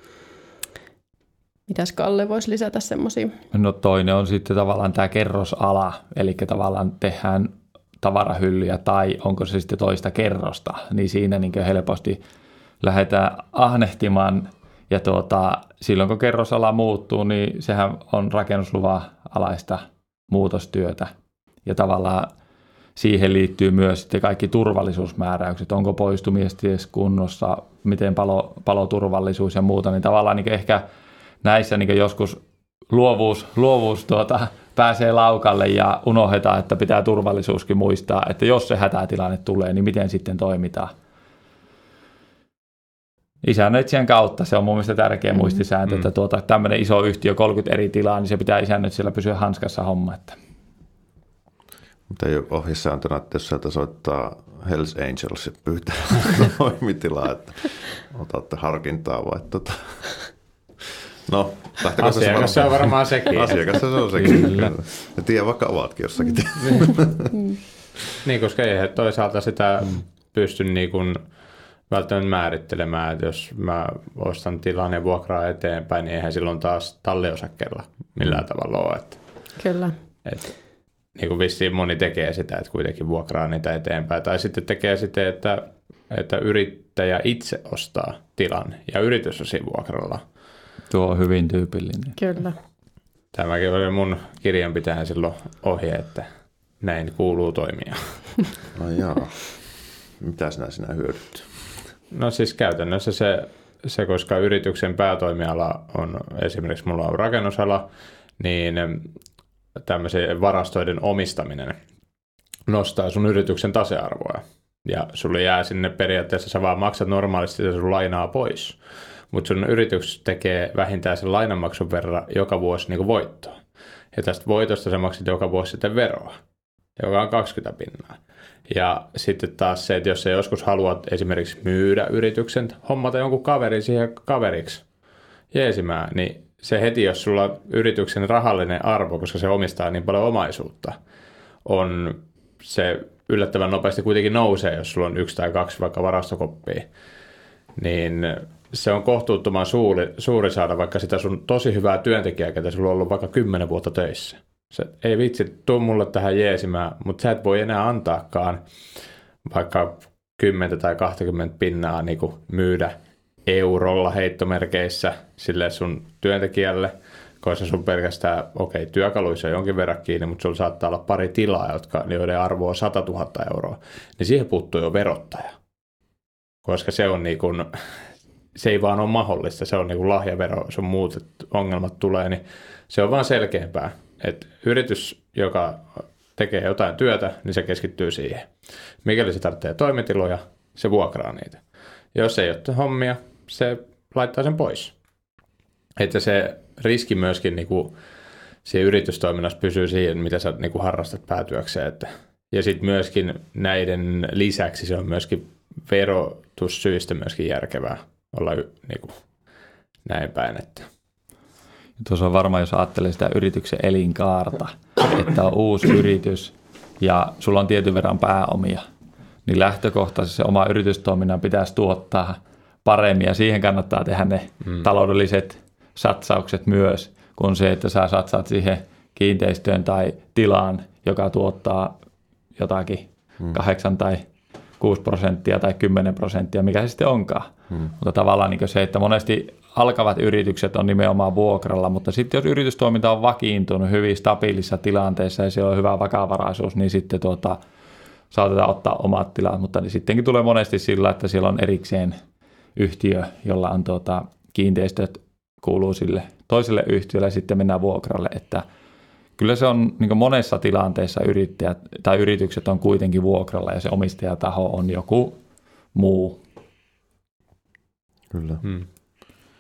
Mitäs Kalle voisi lisätä semmoisia? No toinen on sitten tavallaan tämä kerrosala, eli tavallaan tehdään tavarahyllyjä tai onko se sitten toista kerrosta, niin siinä niin helposti lähdetään ahnehtimaan ja tuota, silloin kun kerrosala muuttuu, niin sehän on rakennusluvan alaista muutostyötä ja tavallaan siihen liittyy myös sitten kaikki turvallisuusmääräykset, onko poistumiesties kunnossa, miten palo, paloturvallisuus ja muuta, niin tavallaan niin ehkä näissä niin joskus luovuus, luovuus tuota, pääsee laukalle ja unohdetaan, että pitää turvallisuuskin muistaa, että jos se hätätilanne tulee, niin miten sitten toimitaan. Isännöitsijän kautta se on mun mielestä tärkeä mm-hmm. muistisääntö, että tuota, tämmöinen iso yhtiö, kolmekymmentä eri tilaa, niin se pitää isännöitsijällä pysyä hanskassa homma. Että. Mutta ei ole ohjesääntönä, että jos sieltä soittaa Hells Angels ja pyytää toimitilaa, että otatte harkintaa vai tota. No, asiakas se on varmaan sekin. Asiakas se on sekin. Kyllä. Ja tiedä, vaikka ovatkin jossakin. Mm. Niin, koska ei he toisaalta sitä mm. pysty niin kuin välttämättä määrittelemään, että jos mä ostan tilan ja vuokraa eteenpäin, niin eihän silloin taas talliosakkeella millään mm. tavalla ole. Että, Kyllä. Että, niin kuin vissiin moni tekee sitä, että kuitenkin vuokraa niitä eteenpäin. Tai sitten tekee sitä, että, että yrittäjä itse ostaa tilan ja yritys on siinä vuokralla. Tuo on hyvin tyypillinen. Kyllä. Tämäkin oli mun kirjanpitäjän silloin ohje, että näin kuuluu toimia. No jaa. Mitä sinä sinä hyödyt? No siis käytännössä se, se, koska yrityksen päätoimiala on esimerkiksi mulla on rakennusala, niin tämmöisen varastoiden omistaminen nostaa sun yrityksen tasearvoa. Ja sulle jää sinne periaatteessa, sä vaan maksat normaalisti ja sun lainaa pois. Mutta sun yritys tekee vähintään sen lainanmaksun verran joka vuosi niin voittoa. Ja tästä voitosta sä maksit joka vuosi sitten veroa, joka on kaksikymmentä pinnaa. Ja sitten taas se, että jos sä joskus haluat esimerkiksi myydä yrityksen, hommata jonkun kaverin siihen kaveriksi jeesimään, niin se heti, jos sulla on yrityksen rahallinen arvo, koska se omistaa niin paljon omaisuutta, on se yllättävän nopeasti kuitenkin nousee, jos sulla on yksi tai kaksi vaikka varastokoppia, niin se on kohtuuttoman suuri, suuri saada vaikka sitä sun tosi hyvää työntekijää, ketä sulla on ollut vaikka kymmenen vuotta töissä. Se ei vitsi, tuu mulle tähän jeesimään, mutta sä et voi enää antaakaan vaikka kymmenen tai kaksikymmentä pinnaa niin kuin myydä eurolla heittomerkeissä sille sun työntekijälle, koska sun pelkästään, okei, okay, työkaluissa on jonkin verran kiinni, mutta sulla saattaa olla pari tilaa, jotka, joiden arvo on sata tuhatta euroa, niin siihen puuttuu jo verottaja, koska se on niin kuin, se ei vaan ole mahdollista, se on niin kuin lahjavero, sun muut ongelmat tulee, niin se on vaan selkeämpää, että yritys, joka tekee jotain työtä, niin se keskittyy siihen. Mikäli se tarvitsee toimitiloja, se vuokraa niitä. Jos ei ole hommia, se laittaa sen pois. Että se riski myöskin niin kuin siinä yritystoiminnassa pysyy siihen, mitä sä niin kuin harrastat päätyökseen. Että, ja sitten myöskin näiden lisäksi se on myöskin verotussyistä myöskin järkevää olla niin kuin näin päin. Että. Tuossa on varmaan, jos ajattelee sitä yrityksen elinkaarta, että on uusi yritys ja sulla on tietyn verran pääomia, niin lähtökohtaisesti se oma yritystoiminnan pitäisi tuottaa paremmin ja siihen kannattaa tehdä ne mm. taloudelliset satsaukset myös, kun se, että sä satsaat siihen kiinteistöön tai tilaan, joka tuottaa jotakin mm. kahdeksan tai kuusi prosenttia tai kymmenen prosenttia, mikä se sitten onkaan. Mm. Mutta tavallaan niin se, että monesti alkavat yritykset on nimenomaan vuokralla, mutta sitten jos yritystoiminta on vakiintunut hyvin stabiilissa tilanteessa ja siellä on hyvä vakavaraisuus, niin sitten tuota, saatetaan ottaa omat tilat, mutta niin sittenkin tulee monesti sillä, että siellä on erikseen yhtiö, jolla on tuota, kiinteistöt kuuluu sille toiselle yhtiölle ja sitten mennään vuokralle, että kyllä se on niin monessa tilanteessa yrittäjät tai yritykset on kuitenkin vuokralla ja se omistajataho on joku muu. Kyllä. Hmm.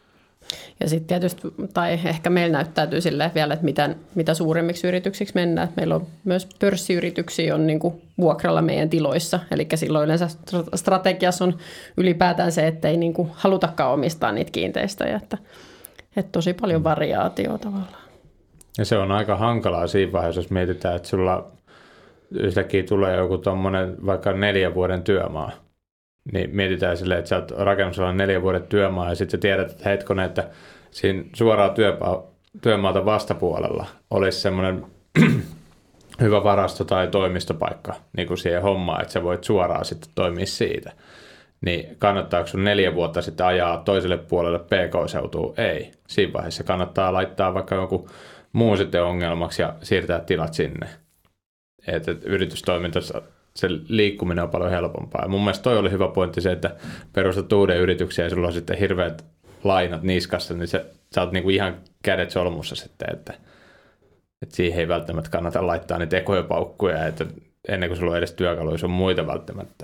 Ja sitten tietysti, tai ehkä meillä näyttäytyy silleen vielä, että mitä, mitä suurimmiksi yrityksiksi mennään. Että meillä on myös pörssiyrityksiä on niin kuin vuokralla meidän tiloissa. Eli silloin yleensä strategiassa on ylipäätään se, että ei niin kuin halutakaan omistaa niitä kiinteistöjä. Että, että tosi paljon variaatiota tavallaan. Ja se on aika hankalaa siinä vaiheessa, jos mietitään, että sulla yhtäkkiä tulee joku tuommoinen vaikka neljän vuoden työmaa. Niin mietitään silleen, että sä oot rakennusalalla neljän vuoden työmaa ja sitten sä tiedät, että hetkonen, että siinä suoraan työpa- työmaalta vastapuolella olisi semmoinen hyvä varasto tai toimistopaikka niin kuin siihen hommaan, että sä voit suoraan sitten toimia siitä. Niin kannattaako sun neljä vuotta sitten ajaa toiselle puolelle P K-seutuun? Ei. Siinä vaiheessa kannattaa laittaa vaikka joku muu sitten ongelmaksi ja siirtää tilat sinne. Että et yritystoimintassa se liikkuminen on paljon helpompaa. Ja mun mielestä toi oli hyvä pointti se, että perustat uuden yrityksen ja sulla on sitten hirveät lainat niskassa, niin sä, sä oot niinku ihan kädet solmussa sitten, että, että siihen ei välttämättä kannata laittaa niitä ekoja paukkuja, että ennen kuin sulla on edes työkaluja, sun muita välttämättä.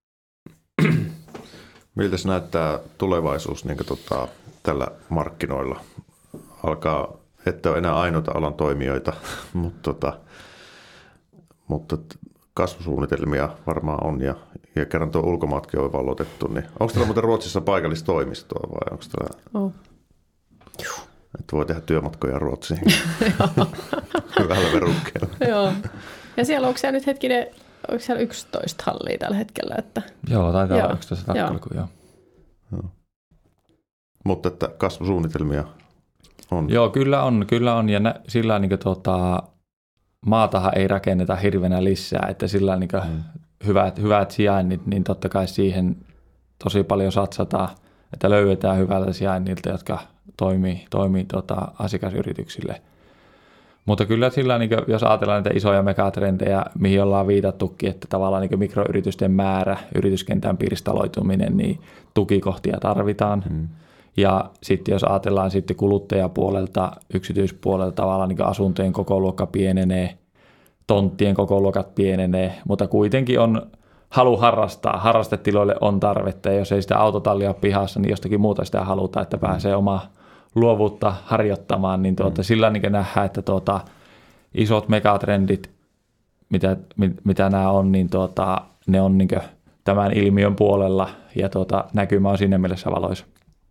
Miltä se näyttää tulevaisuus niin kuin, tota, tällä markkinoilla? Alkaa, ette ole enää ainoita alan toimijoita, mutta, tota, mutta kasvusuunnitelmia varmaan on ja, ja kerran tuo ulkomaatkin on valloitettu. Niin onko täällä muuten Ruotsissa paikallistoimistoa vai onko täällä, oh. että voi tehdä työmatkoja Ruotsiin hyvällä verukkeella? Joo. Ja siellä onko siellä nyt hetkinen, onko siellä yksitoista hallia tällä hetkellä? Että... Joo, taitaa olla yksitoista takkaluku, joo. joo. Mutta että kasvusuunnitelmia on. Joo, kyllä on, kyllä on ja nä, sillä niin kuin, tuota, maatahan ei rakenneta hirveänä lisää, että sillä niin kuin, mm. hyvät, hyvät sijainnit, niin totta kai siihen tosi paljon satsataan, että löydetään hyvältä sijainnilta, jotka toimii, toimii tuota, asiakasyrityksille. Mutta kyllä sillä, niin kuin, jos ajatellaan näitä isoja megatrendejä, mihin ollaan viitattukin, että tavallaan niin kuin mikroyritysten määrä, yrityskentän pirstaloituminen, niin tukikohtia tarvitaan. Mm. Ja sitten jos ajatellaan sitten kuluttajapuolelta, yksityispuolelta tavallaan niin kuin asuntojen kokoluokka pienenee, tonttien kokoluokat pienenee, mutta kuitenkin on halu harrastaa. Harrastetiloille on tarvetta ja jos ei sitä autotallia ole pihassa, niin jostakin muuta sitä halutaan, että pääsee omaa luovuutta harjoittamaan, niin tuota, mm. sillä niin nähdään, että tuota, isot megatrendit, mitä, mit, mitä nämä on, niin tuota, ne on niin tämän ilmiön puolella ja tuota, näkymä on siinä mielessä valoisa.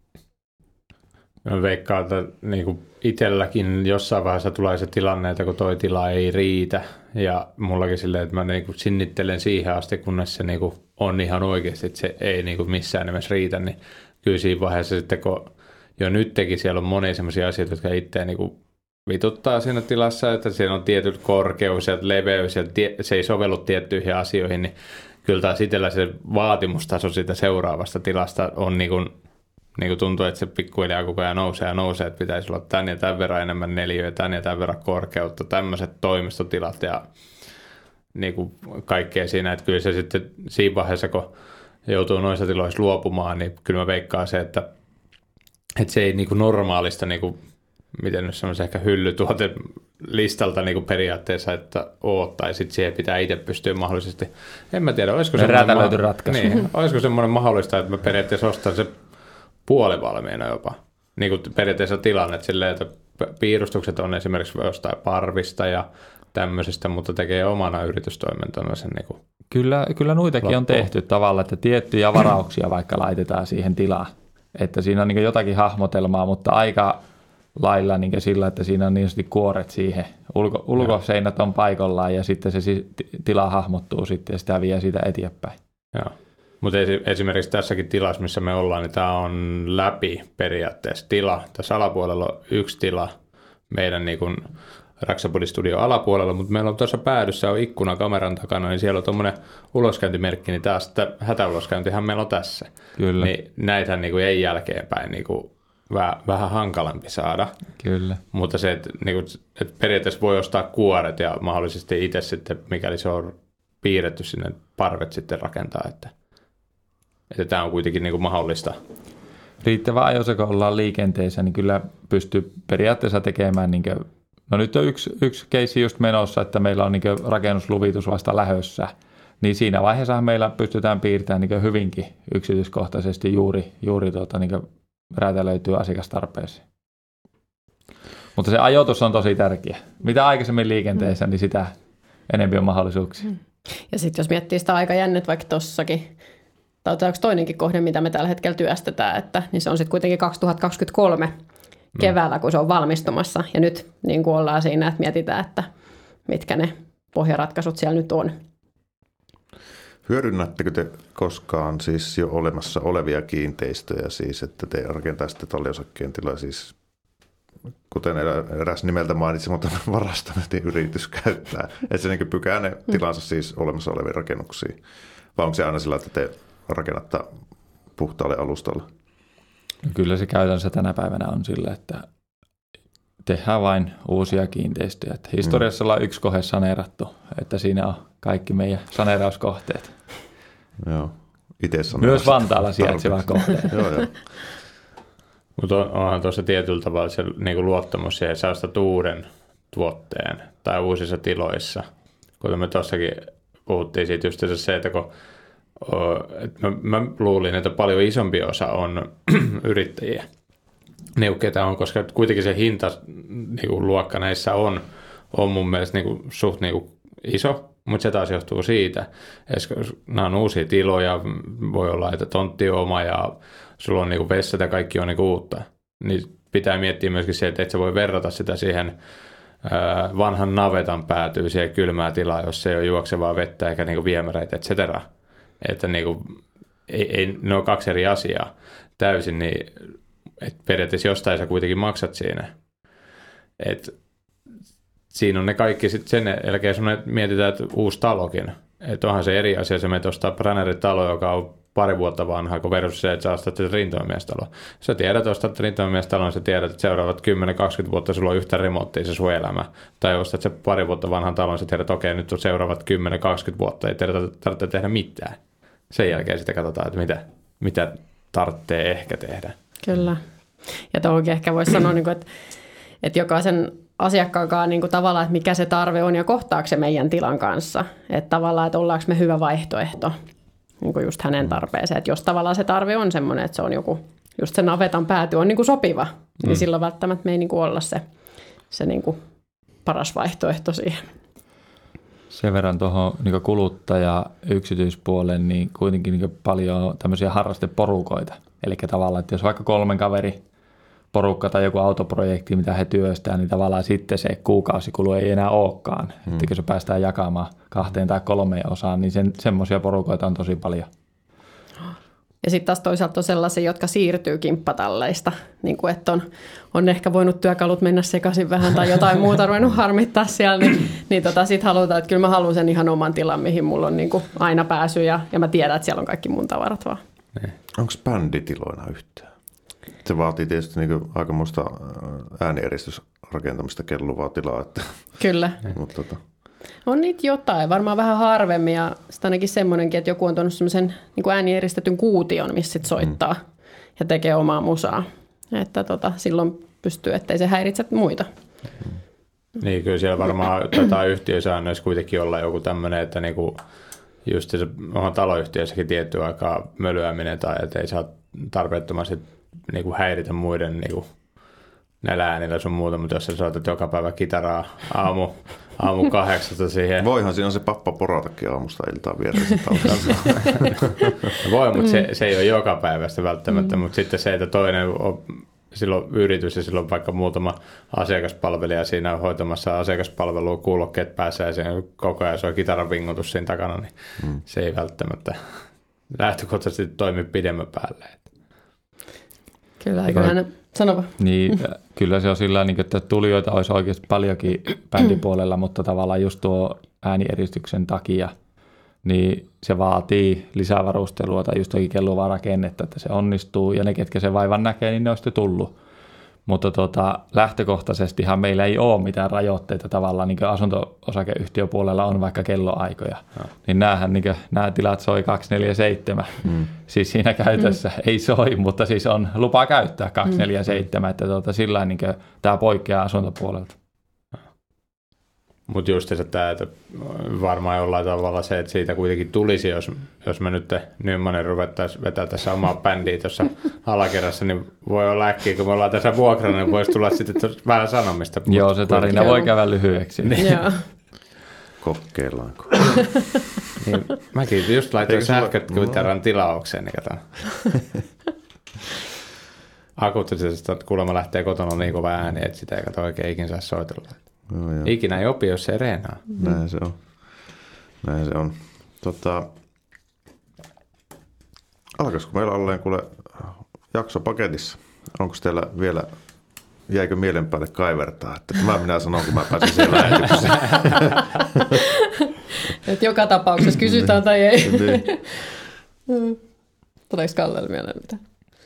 Mä veikkaan, että niin itselläkin jossain vaiheessa tulee se tilanne, että kun toi tila ei riitä ja mullakin silleen, että mä niin sinnittelen siihen asti, kunnes se niin on ihan oikeasti, että se ei niin missään nimessä riitä, niin kyllä siinä vaiheessa sitten, kun jo nytkin siellä on monia sellaisia asioita, jotka itseä niin vituttaa siinä tilassa, että siellä on tietyt korkeus ja leveys ja tie, se ei sovellu tiettyihin asioihin, niin kyllä taas itsellä se vaatimustaso siitä seuraavasta tilasta on niin kuin, niin kuin tuntuu, että se pikkuhiljaa koko ajan nousee ja nousee, että pitäisi olla tämän ja tämän verran enemmän neliöä, tämän ja tämän verran korkeutta, tämmöiset toimistotilat ja niin kuin kaikkea siinä, että kyllä se sitten siinä vaiheessa, kun joutuu noissa tiloissa luopumaan, niin kyllä mä veikkaan se, että että se ei niin kuin normaalista, niin kuin, miten nyt semmoisen ehkä hyllytuote listalta niin kuin periaatteessa, että oot, tai sitten siihen pitää itse pystyä mahdollisesti. En mä tiedä, olisiko semmoinen, löyty ratkaisu. Niin, olisiko semmoinen mahdollista, että mä periaatteessa ostan se puolivalmiina jopa. Niin kuin periaatteessa tilanne, että silleen, että piirustukset on esimerkiksi jostain parvista ja tämmöisestä, mutta tekee omana yritystoimintana sen niin kuin Kyllä, kyllä noitakin loppuun on tehty tavalla, että tiettyjä varauksia vaikka laitetaan siihen tilaan. Että siinä on niin jotakin hahmotelmaa, mutta aika lailla niin sillä, että siinä on niin sanotusti kuoret siihen. Ulko, ulkoseinät on paikallaan ja sitten se tila hahmottuu sitten ja sitä vie siitä eteenpäin. Joo. Mutta esimerkiksi tässäkin tilassa, missä me ollaan, niin tämä on läpi periaatteessa tila. Tässä alapuolella on yksi tila meidän niin kuin Raksapodi-studion alapuolella, mutta meillä on tuossa päädyssä on ikkuna kameran takana, niin siellä on tuommoinen uloskäyntimerkki, niin taas hätäuloskäyntihän meillä on tässä. Kyllä. Niin näitähän niin kuin ei jälkeenpäin niin kuin vähän, vähän hankalampi saada. Kyllä. Mutta se, että, niin kuin, että periaatteessa voi ostaa kuoret ja mahdollisesti itse sitten, mikäli se on piirretty sinne, parvet sitten rakentaa, että, että tämä on kuitenkin niin kuin mahdollista. Riittävän ajoissa, kun ollaan liikenteessä, niin kyllä pystyy periaatteessa tekemään, niin kuin, no nyt on yksi, yksi keissi just menossa, että meillä on niin kuin rakennusluvitus vasta lähössä, niin siinä vaiheessa meillä pystytään piirtämään niin kuin hyvinkin yksityiskohtaisesti juuri, juuri tuota, niin kuin räätälöityy asiakastarpeisiin. Mutta se ajoitus on tosi tärkeä. Mitä aikaisemmin liikenteessä, mm. niin sitä enemmän on mahdollisuuksia. Mm. Ja sitten jos miettii sitä aikajännet vaikka tuossakin, tai otetaanko toinenkin kohde, mitä me tällä hetkellä työstetään, että, niin se on sitten kuitenkin kaksituhattakaksikymmentäkolme mm. keväällä, kun se on valmistumassa. Ja nyt niin kuin ollaan siinä, että mietitään, että mitkä ne pohjaratkaisut siellä nyt on. Hyödynnättekö te koskaan siis jo olemassa olevia kiinteistöjä, siis että te rakentaisitte talliosakkeen tilaa, siis kuten eräs nimeltä mainitsi, mutta varastointiyritys käyttää, että se niin pykää ne tilansa siis olemassa oleviin rakennuksiin, vai onko se aina sillä, että te rakennatte puhtaalle alustalle? Kyllä se käytännössä tänä päivänä on sillä, että tehdään vain uusia kiinteistöjä. Että historiassa ollaan yksi kohe saneerattu, että siinä on kaikki meidän saneerauskohteet. Joo. Itse myös Vantaalla sijaitseva kohteet. Joo, joo. Mutta on, onhan tuossa tietyllä tavalla se niin kuin luottamus siihen, että saa sitä uuden tuotteen tai uusissa tiloissa. Kuten me tuossakin puhuttiin siitä just se, että kun että mä, mä luulin, että paljon isompi osa on yrittäjiä. Ne, ketä on, koska kuitenkin se hinta niin kuin luokka näissä on, on mun mielestä niin kuin, suht niin kuin iso, mutta se taas johtuu siitä, että nämä on uusia tiloja, voi olla, että tontti on oma ja sulla on niin kuin vessat ja kaikki on niin kuin uutta. Niin pitää miettiä myöskin se, että et sä voi verrata sitä siihen ää, vanhan navetan päätyy siihen kylmää tilaa, jos ei ole juoksevaa vettä eikä niin kuin viemäreitä, et cetera. Että niin kuin, ei, ei, ne on kaksi eri asiaa täysin, niin että periaatteessa jostain sä kuitenkin maksat siinä. Et siinä on ne kaikki sitten sen jälkeen, sun mietitään, että uusi talokin. Että onhan se eri asia, se menet ostaa Brannerin-talo, joka on pari vuotta vanha, kun versus se, että sä ostat rintamamiestalo. Sä tiedät, ostat rintamamiestalon, sä tiedät, että seuraavat kymmenen kaksikymmentä vuotta sulla on yhtä remonttia se sun elämä. Tai ostat se pari vuotta vanhan talon, sä tiedät, että okei, nyt on seuraavat kymmenen kaksikymmentä vuotta, ei tarvitse tehdä mitään. Sen jälkeen sitten katsotaan, että mitä, mitä tarvitsee ehkä tehdä. Kyllä. Ja toki ehkä voisi sanoa, että, että jokaisen asiakkaakaan niin kuin tavallaan, että mikä se tarve on ja kohtaako se meidän tilan kanssa. Että tavallaan, että ollaanko me hyvä vaihtoehto niin kuin just hänen tarpeeseen. Että jos tavallaan se tarve on semmoinen, että se on joku, just se navetan pääty on niin kuin sopiva, mm. niin silloin välttämättä me ei niin kuin olla se, se niin kuin paras vaihtoehto siihen. Sen verran tuohon niin kuluttaja yksityispuolen, niin kuitenkin niin paljon tämmöisiä harrasteporukoita. Eli tavallaan, että jos vaikka kolmen kaveri porukka tai joku autoprojekti, mitä he työstää, niin tavallaan sitten se kuukausikulu ei enää olekaan. Hmm. Että kun se päästään jakamaan kahteen tai kolmeen osaan, niin sen, semmoisia porukoita on tosi paljon. Ja sitten taas toisaalta on sellaisia, jotka siirtyy kimppatalleista, niin kuin että on, on ehkä voinut työkalut mennä sekaisin vähän tai jotain muuta ruvennut harmittaa siellä, niin, niin tota, sitten halutaan, että kyllä mä haluan sen ihan oman tilan, mihin mulla on niin kuin aina pääsy ja, ja mä tiedän, että siellä on kaikki mun tavarat vaan. Onko bänditiloina yhtään? Se vaatii tietysti niin aikamoista äänieristysrakentamista kelluvaa tilaa. Että, kyllä. mutta, tota. On niitä jotain, varmaan vähän harvemmin ja sitten ainakin semmoinenkin, että joku on tuonut semmoisen niin äänieristetyn kuution, missä sit soittaa mm. ja tekee omaa musaa. Että tota, silloin pystyy, ettei se häiritse muita. Mm. Niin, kyllä siellä varmaan tätä yhtiösäännöissä kuitenkin olla joku tämmöinen, että niinku just se on taloyhtiössäkin tietty aikaa mölyäminen tai että ei saa tarpeettomasti niinku häiritä muiden niinku näillä äänillä sun muuta, mutta jos sä soitat joka päivä kitaraa aamu, aamu kahdeksasta siihen. Voihan siinä on se pappa poratakin aamusta iltaan vieressä. Voi, mutta se, se ei ole joka päivästä välttämättä, mm. mutta sitten se, että toinen on silloin yritys ja silloin vaikka muutama asiakaspalvelija siinä hoitamassa asiakaspalvelua, kuulokkeet päässä ja siinä koko ajan soi kitaran vingutus siinä takana, niin mm. se ei välttämättä lähtökohtaisesti toimi pidemmän päälle. Kyllä, eiköhän sanova. Niin, kyllä se on sillä tavalla, että tulijoita olisi oikeasti paljonkin bändipuolella, mutta tavallaan just tuo äänieristyksen takia, niin se vaatii lisävarustelua tai just toki kelluvaa rakennetta, että se onnistuu. Ja ne, ketkä se vaivan näkee, niin ne on sitten tullut. Mutta tota, lähtökohtaisestihan meillä ei ole mitään rajoitteita tavallaan, niin kuin asunto-osakeyhtiöpuolella on vaikka kelloaikoja. No. Niin näähän, niin kuin, nämä tilat soi kaksikymmentäneljä seitsemän. Mm. Siis siinä käytössä mm. ei soi, mutta siis on lupa käyttää kaksikymmentäneljä seitsemän, mm. että tuota, sillä niin tämä poikkeaa asuntopuolelta. Mutta just se, että, että varmaan jollain tavalla se, että siitä kuitenkin tulisi, jos, jos me nyt Nymanin ruvettaisiin vetää tässä omaa bändiä tuossa alakerrassa, niin voi olla äkkiä, kun me ollaan tässä vuokrana, niin voisi tulla sitten vähän sanomista. Joo, se tarina Mut, voi käydä lyhyeksi. Niin. Kokeillaanko? Niin, mäkin just laitoin sähkökytärän tilaukseen, niin kato. Akuuttisesta, että kuulemma lähtee kotona niin kova ääni, että sitä ei kato oikein ikinä saa soitella. No, ikinä ei opi, jos ei reenaa. Näin se on. Näin se on. Tota, alkaisiko meillä olleen kuule jakso paketissa? Onko teillä vielä, jäikö mielen päälle kaivertaa? Että tämä minä sanon, kun mä pääsin siellä lähetykseen. Että joka tapauksessa kysytään tai ei. Tuleeko Kallelle mieleen mitään?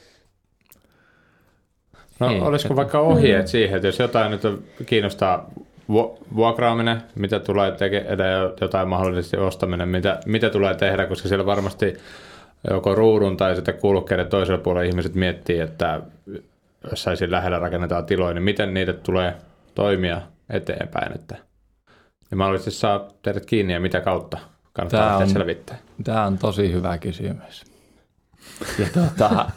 No ei, olisiko vaikka ohjeet siihen, että jos jotain nyt kiinnostaa vuokraaminen, mitä tulee tehdä, jotain mahdollisesti ostaminen, mitä, mitä tulee tehdä, koska siellä varmasti joko ruudun tai sitten kulkeiden toisella puolella ihmiset miettii, että jossain lähellä rakennetaan tiloja, niin miten niitä tulee toimia eteenpäin. Että ja mahdollisesti saa teidät kiinni ja mitä kautta kannattaa on, selvittää. Tämä on tosi hyvä kysymys. Ja tuota,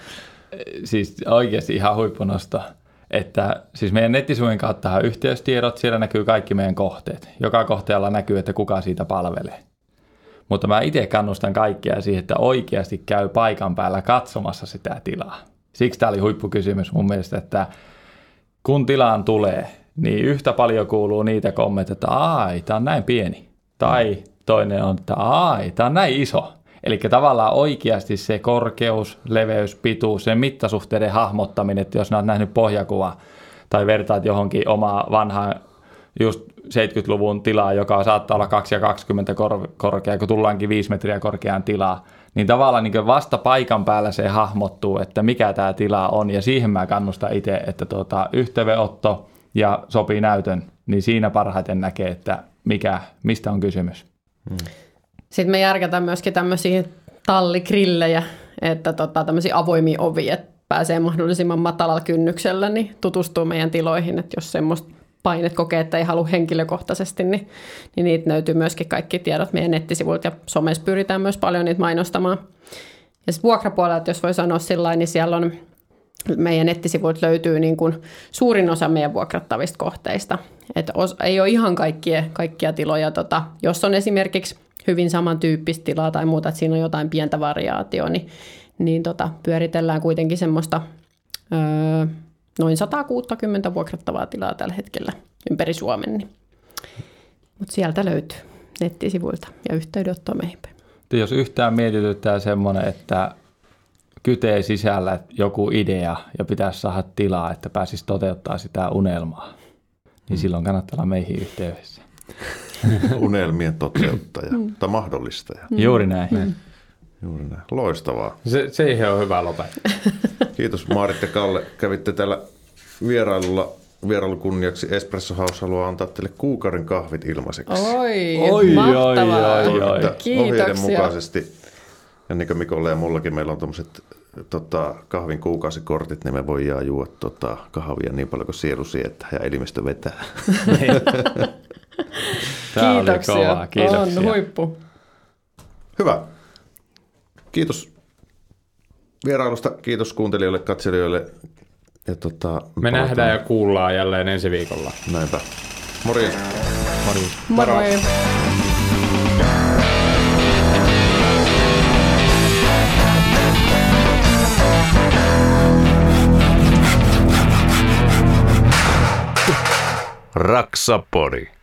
siis oikeasti ihan huippunosto, että siis meidän nettisivujen kautta on yhteystiedot, siellä näkyy kaikki meidän kohteet. Joka kohteella näkyy, että kuka siitä palvelee. Mutta mä itse kannustan kaikkia siihen, että oikeasti käy paikan päällä katsomassa sitä tilaa. Siksi tämä oli huippukysymys mun mielestä, että kun tilaan tulee, niin yhtä paljon kuuluu niitä kommentteja, että ai, tämä on näin pieni. Tai toinen on, että ai, tämä on näin iso. Eli tavallaan oikeasti se korkeus, leveys, pituus, sen mittasuhteiden hahmottaminen, että jos olet nähnyt pohjakuvaa tai vertaat johonkin omaa vanhaan just seitsemänkymmentäluvun tilaa, joka saattaa olla kaksi ja kaksikymmentä kor- korkea, kun tullaankin viisi metriä korkeaan tilaa, niin tavallaan niin vasta paikan päällä se hahmottuu, että mikä tämä tila on, ja siihen mä kannustan itse, että tuota, yhteydenotto ja sopii näytön, niin siinä parhaiten näkee, että mikä, mistä on kysymys. Hmm. Sitten me järkätään myöskin tämmöisiä talligrillejä, että tota, tämmöisiä avoimia ovia, että pääsee mahdollisimman matalalla kynnyksellä, niin tutustuu meidän tiloihin, että jos semmoista painet kokee, että ei halua henkilökohtaisesti, niin, niin niitä löytyy myöskin kaikki tiedot meidän nettisivuilta ja somessa pyritään myös paljon niitä mainostamaan. Ja sitten vuokrapuolelta, jos voi sanoa sillä niin siellä on meidän nettisivuilta löytyy niin kuin suurin osa meidän vuokrattavista kohteista. Että ei ole ihan kaikkia, kaikkia tiloja, tota, jos on esimerkiksi hyvin samantyyppistä tilaa tai muuta, että siinä on jotain pientä variaatioa, niin, niin tota, pyöritellään kuitenkin semmoista öö, noin sata kuusikymmentä vuokrattavaa tilaa tällä hetkellä ympäri Suomen. Niin. Mutta sieltä löytyy nettisivuilta ja yhteydenottoa meihin. Jos yhtään mietityttää semmoinen, että kytee sisällä joku idea ja pitäisi saada tilaa, että pääsisi toteuttaa sitä unelmaa, niin silloin kannattaa olla meihin yhteydessä. Unelmien toteuttaja tai mahdollistaja. Mm. Juuri näin. Mm. Juuri näin. Loistavaa. Se, siihen on hyvä lopettaa. Kiitos Maarit ja Kalle. Kävitte täällä vierailulla. Vierailukunniaksi Espresso House haluaa antaa teille kuukauden kahvit ilmaiseksi. Oi, oi mahtavaa. Oi, oi, oi. Kiitoksia. Ohjeiden mukaisesti. Ja niin kuin Mikolle ja mullakin meillä on tuommoiset tota, kahvin kuukausikortit, niin me voidaan juoda tota, kahvia niin paljon kuin sielu sietää ja elimistö vetää. Tämä kiitoksia. Oli kova. Kiitoksia. On huippu. Hyvä. Kiitos vierailusta, kiitos kuuntelijoille, katselijoille. Ja tota, me nähdään ja kuullaan jälleen ensi viikolla. Näinpä. Morjens. Morjens. Moro. Moro. Raksapori.